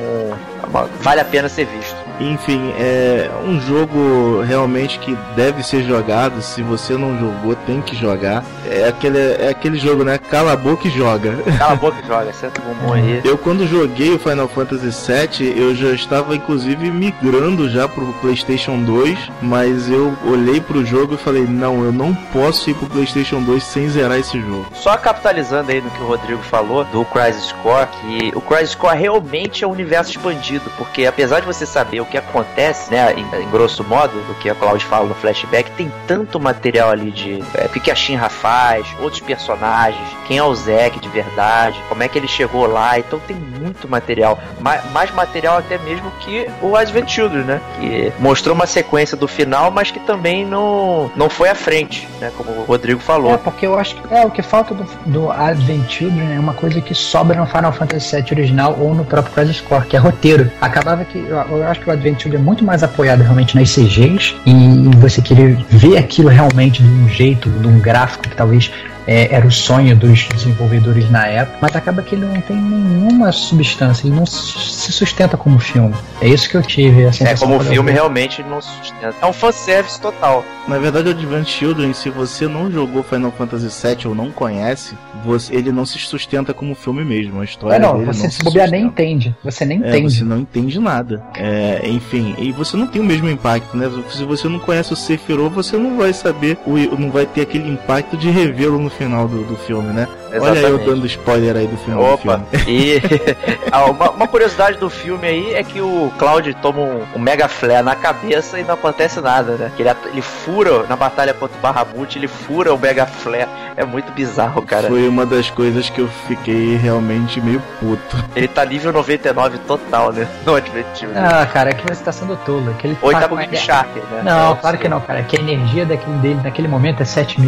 vale a pena ser visto. Enfim, é um jogo realmente que deve ser jogado. Se você não jogou, tem que jogar. É aquele jogo, né? Cala a boca e joga. Cala a boca e joga, senta o bumbum aí. Eu, quando joguei o Final Fantasy VII, eu já estava inclusive migrando já pro PlayStation 2, mas eu olhei pro jogo e falei, não, eu não posso ir pro PlayStation 2 sem zerar esse jogo. Só capitalizando aí no que o Rodrigo falou do Crisis Core, que o Crisis Core realmente é um universo expandido, porque apesar de você saber o que acontece, né, em grosso modo, do que a Cloud fala no flashback, tem tanto material ali de o que a Shinra faz, outros personagens, quem é o Zack de verdade, como é que ele chegou lá, então tem muito material, mais material até mesmo que o Advent Children, né, que mostrou uma sequência do final, mas que também não foi à frente, né, como o Rodrigo falou. Porque eu acho que o que falta do Advent Children é uma coisa que sobra no Final Fantasy VII original ou no próprio Crisis Core, que é roteiro. Acabava que eu acho que o Advent Children é muito mais apoiado realmente nas CGs, e você querer ver aquilo realmente de um jeito, de um gráfico que talvez era o sonho dos desenvolvedores na época, mas acaba que ele não tem nenhuma substância, ele não se sustenta como filme. É isso que eu tive a sensação. Como filme realmente não se sustenta. É um fanservice total. Na verdade, o Advent Children, se você não jogou Final Fantasy VII ou não conhece, ele não se sustenta como filme mesmo. A história dele você não se bobear nem entende. Você nem entende. Você não entende nada. Enfim, e você não tem o mesmo impacto, né? Se você não conhece o Sephiroth, você não vai saber, não vai ter aquele impacto de revê-lo no final do filme, né? Exatamente. Olha eu dando spoiler aí do final do filme. E uma curiosidade do filme aí é que o Cloud toma um mega flare na cabeça e não acontece nada, né? Que ele fura na batalha contra o Bahamut, ele fura o mega flare. É muito bizarro, cara. Foi uma das coisas que eu fiquei realmente meio puto. Ele tá nível 99 total, né? No Advent Children. Cara, é que você tá sendo tolo. Ou ele tá com o Game Shark, né? Não, claro que não, cara. Que a energia dele naquele momento é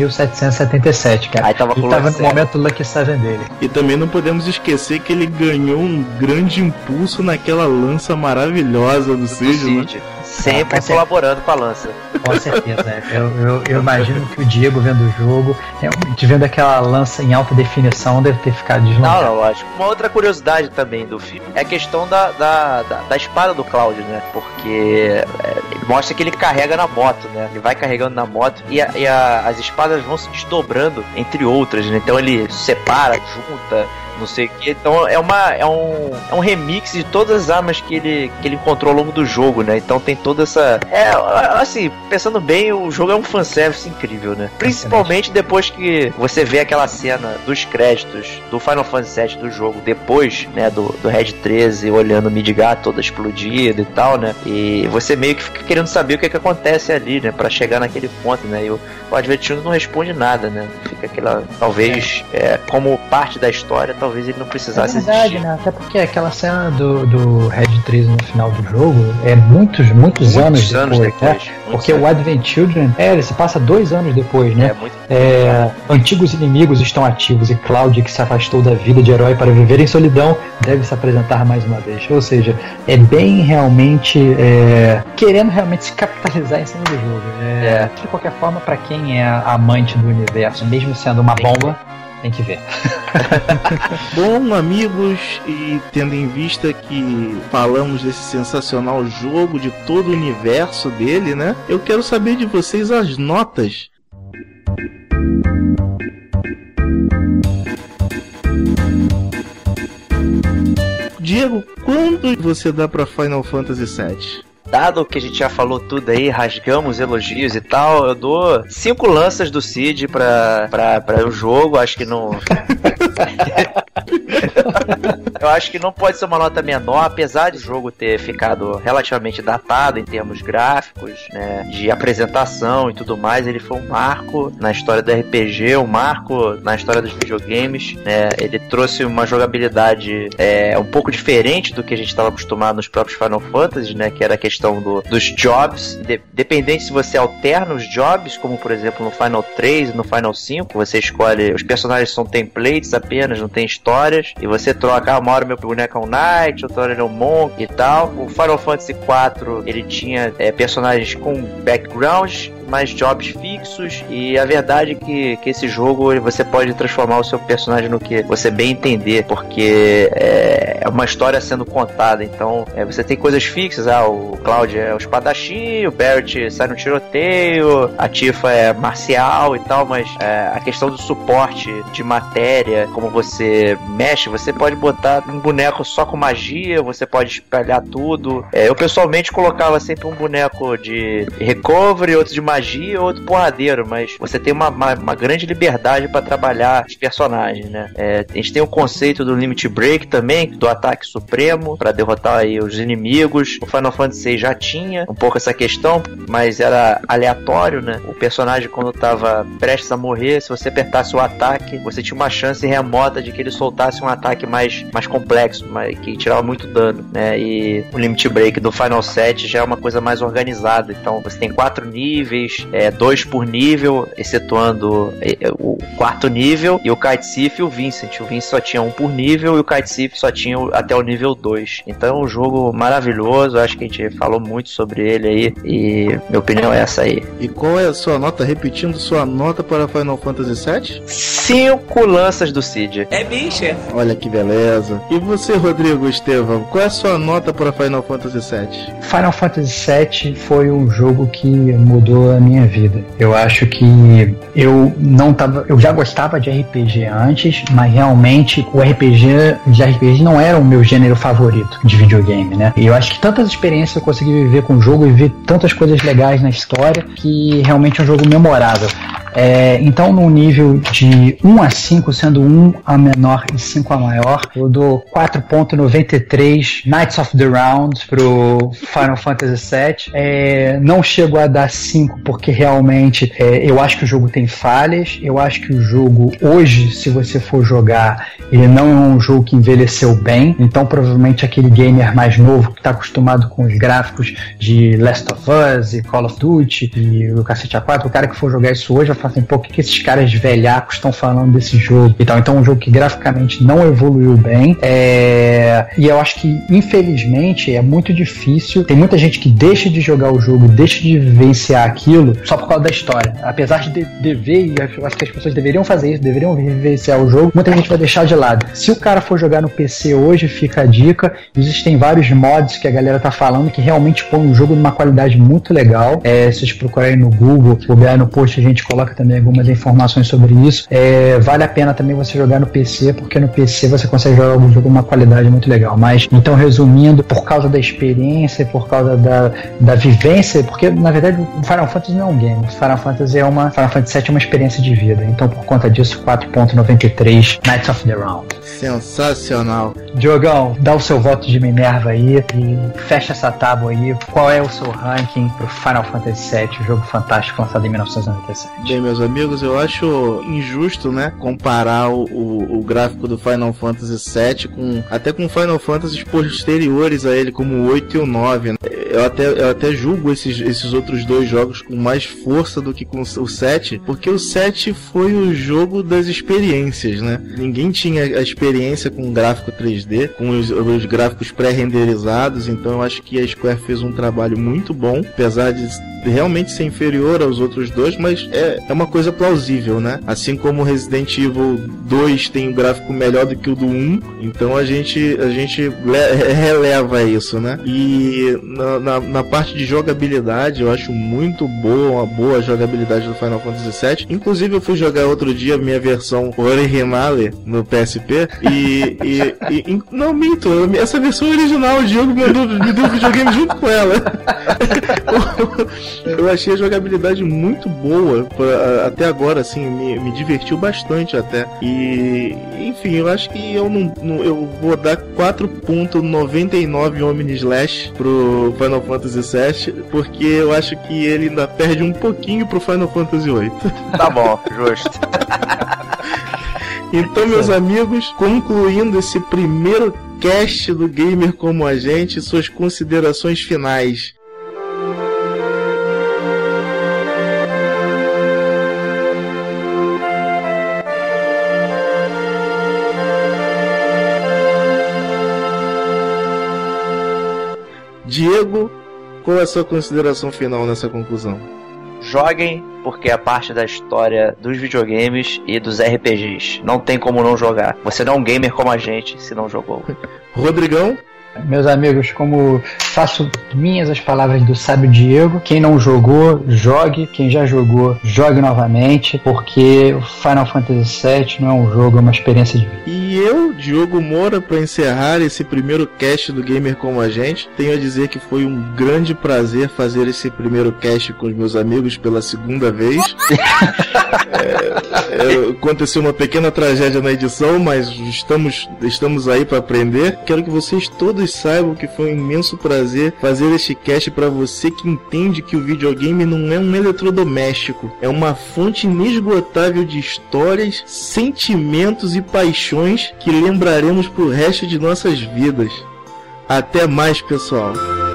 7.777, cara. Aí tava no momento Lucky 7 dele. E também não podemos esquecer que ele ganhou um grande impulso naquela lança maravilhosa do Cid, né? Sempre colaborando com a lança. Com certeza. Eu imagino que o Diego, vendo o jogo, vendo aquela lança em alta definição, deve ter ficado deslumbrado. Não, lógico. Uma outra curiosidade também do filme é a questão da espada do Cloud, né? Porque ele mostra que ele carrega na moto, né? Ele vai carregando na moto e as espadas vão se desdobrando entre outras, né? Então ele separa, junta, não sei o que. Então é um remix de todas as armas que ele encontrou ao longo do jogo, né? Então tem toda essa... assim, pensando bem, o jogo é um fanservice incrível, né? Principalmente depois que você vê aquela cena dos créditos do Final Fantasy VII do jogo, depois, né, do Red 13, olhando o Midgar toda explodida e tal, né? E você meio que fica querendo saber o que acontece ali, né? Pra chegar naquele ponto, né? E o Advent Children não responde nada, né? Fica aquela... Talvez, como parte da história, talvez ele não precisasse existir. Né? Até porque aquela cena do Red 13 no final do jogo é muitos anos depois. Né? Porque o Advent Children, ele se passa 2 anos depois, né? Antigos inimigos estão ativos e Cloud, que se afastou da vida de herói para viver em solidão, deve se apresentar mais uma vez. Ou seja, é bem realmente querendo realmente se capitalizar em cima do jogo. De qualquer forma, para quem é amante do universo, mesmo sendo uma bomba, tem que ver. Bom, amigos, e tendo em vista que falamos desse sensacional jogo, de todo o universo dele, né? Eu quero saber de vocês as notas. Diego, quanto você dá pra Final Fantasy VII? Dado que a gente já falou tudo aí, rasgamos elogios e tal, eu dou 5 lanças do Cid pra o jogo, acho que não... Eu acho que não pode ser uma nota menor, apesar de o jogo ter ficado relativamente datado em termos gráficos, né, de apresentação e tudo mais. Ele foi um marco na história do RPG, um marco na história dos videogames, né. Ele trouxe uma jogabilidade um pouco diferente do que a gente estava acostumado nos próprios Final Fantasy, né, que era a questão dos jobs. Dependente se você alterna os jobs, como por exemplo no Final 3 e no Final 5, você escolhe, os personagens são templates apenas, não tem histórias, e você troca, uma hora meu boneco é um Knight, outra hora ele é um Monk e tal. O Final Fantasy 4, ele tinha personagens com backgrounds, mais jobs fixos, e a verdade é que esse jogo você pode transformar o seu personagem no que você bem entender, porque é uma história sendo contada. Então você tem coisas fixas, o Cloud é o espadachim, o Barrett sai no tiroteio, a Tifa é marcial e tal, mas a questão do suporte de matéria, como você mexe, você pode botar um boneco só com magia, você pode espalhar tudo. Eu pessoalmente colocava sempre um boneco de recovery, outro de magia, outro porradeiro, mas você tem uma grande liberdade para trabalhar os personagens, né? A gente tem o conceito do Limit Break também, do ataque supremo, para derrotar aí os inimigos. O Final Fantasy VI já tinha um pouco essa questão, mas era aleatório, né? O personagem, quando estava prestes a morrer, se você apertasse o ataque, você tinha uma chance remota de que ele soltasse um ataque mais complexo, que tirava muito dano, né? E o Limit Break do Final 7 já é uma coisa mais organizada. Então você tem 4 níveis, 2 por nível, excetuando o 4º nível, e o Kite Sith e o Vincent. O Vincent só tinha 1 por nível e o Kite Sith só tinha até o nível 2. Então é um jogo maravilhoso, acho que a gente falou muito sobre ele aí, e minha opinião é essa aí. E qual é a sua nota, repetindo sua nota para Final Fantasy VII? 5 lanças do Cid. É bicha. Olha que beleza. E você, Rodrigo Estevão, qual é a sua nota para Final Fantasy VII? Final Fantasy VII foi um jogo que mudou a minha vida. Eu acho que eu já gostava de RPG antes, mas realmente os RPG não era o meu gênero favorito de videogame, né? E eu acho que tantas experiências eu consegui viver com o jogo e ver tantas coisas legais na história que realmente é um jogo memorável. Então, no nível de 1 a 5, sendo 1 a menor e 5 a maior, eu dou 4.93 Knights of the Round pro Final Fantasy VII. Não chego a dar 5 porque realmente eu acho que o jogo tem falhas. Eu acho que o jogo hoje, se você for jogar, ele não é um jogo que envelheceu bem. Então provavelmente aquele gamer mais novo que está acostumado com os gráficos de Last of Us e Call of Duty e o cacete A4, o cara que for jogar isso hoje vai falar assim, pô, o que esses caras velhacos estão falando desse jogo e tal. Então é um jogo que graficamente não evoluiu bem, e eu acho que infelizmente é muito difícil. Tem muita gente que deixa de jogar o jogo, deixa de vivenciar aquilo só por causa da história, apesar de dever, e eu acho que as pessoas deveriam fazer isso, deveriam vivenciar o jogo. Muita gente vai deixar de lado. Se o cara for jogar no PC hoje, fica a dica, existem vários mods que a galera tá falando que realmente põe o jogo numa qualidade muito legal. Se vocês procurarem no Google, ou no post a gente coloca também algumas informações sobre isso. Vale a pena também você jogar no PC, porque no PC você consegue jogar o jogo com uma qualidade muito legal. Mas, então, resumindo, por causa da experiência, por causa da vivência, porque na verdade o Final Fantasy não é um game, o Final Fantasy VII é uma experiência de vida. Então, por conta disso, 4.93 Knights of the Round. Sensacional. Diogão, dá o seu voto de Minerva aí e fecha essa tábua aí. Qual é o seu ranking pro Final Fantasy VII, o jogo fantástico lançado em 1997? Bem, meus amigos, eu acho injusto, né, comparar o gráfico do Final Fantasy VII até com Final Fantasy posteriores a ele, como o 8 e o 9, né? Eu até julgo esses outros dois jogos com mais força do que com o 7, porque o 7 foi o jogo das experiências, né? Ninguém tinha a experiência com gráfico 3D, com os gráficos pré-renderizados, então eu acho que a Square fez um trabalho muito bom, apesar de realmente ser inferior aos outros dois, mas é uma coisa plausível, né? Assim como Resident Evil 2 tem um gráfico melhor do que o do 1, então a gente releva isso, né? E na parte de jogabilidade, eu acho muito boa, uma boa jogabilidade do Final Fantasy VII. Inclusive eu fui jogar outro dia a minha versão originale no PSP não minto, essa versão original o Diogo me deu videogame junto com ela. Eu achei a jogabilidade muito boa, até agora, assim, me divertiu bastante até. E, enfim, eu acho que eu vou dar 4.99 Omni Slash pro Final Fantasy VII, porque eu acho que ele ainda perde um pouquinho pro Final Fantasy VIII. Tá bom, justo. Então, meus amigos, concluindo esse primeiro cast do Gamer Como a Gente, suas considerações finais. Diego, qual é a sua consideração final nessa conclusão? Joguem, porque é parte da história dos videogames e dos RPGs. Não tem como não jogar. Você não é um gamer como a gente se não jogou. Rodrigão? Meus amigos, como faço minhas as palavras do sábio Diego, quem não jogou, jogue. Quem já jogou, jogue novamente, porque o Final Fantasy VII não é um jogo, é uma experiência de vida. E eu, Diogo Moura, para encerrar esse primeiro cast do Gamer Como a Gente, tenho a dizer que foi um grande prazer fazer esse primeiro cast com os meus amigos pela segunda vez. Aconteceu uma pequena tragédia na edição, mas estamos aí para aprender. Quero que vocês todos saibam que foi um imenso prazer fazer este cast para você que entende que o videogame não é um eletrodoméstico, é uma fonte inesgotável de histórias, sentimentos e paixões que lembraremos pro resto de nossas vidas. Até mais, pessoal!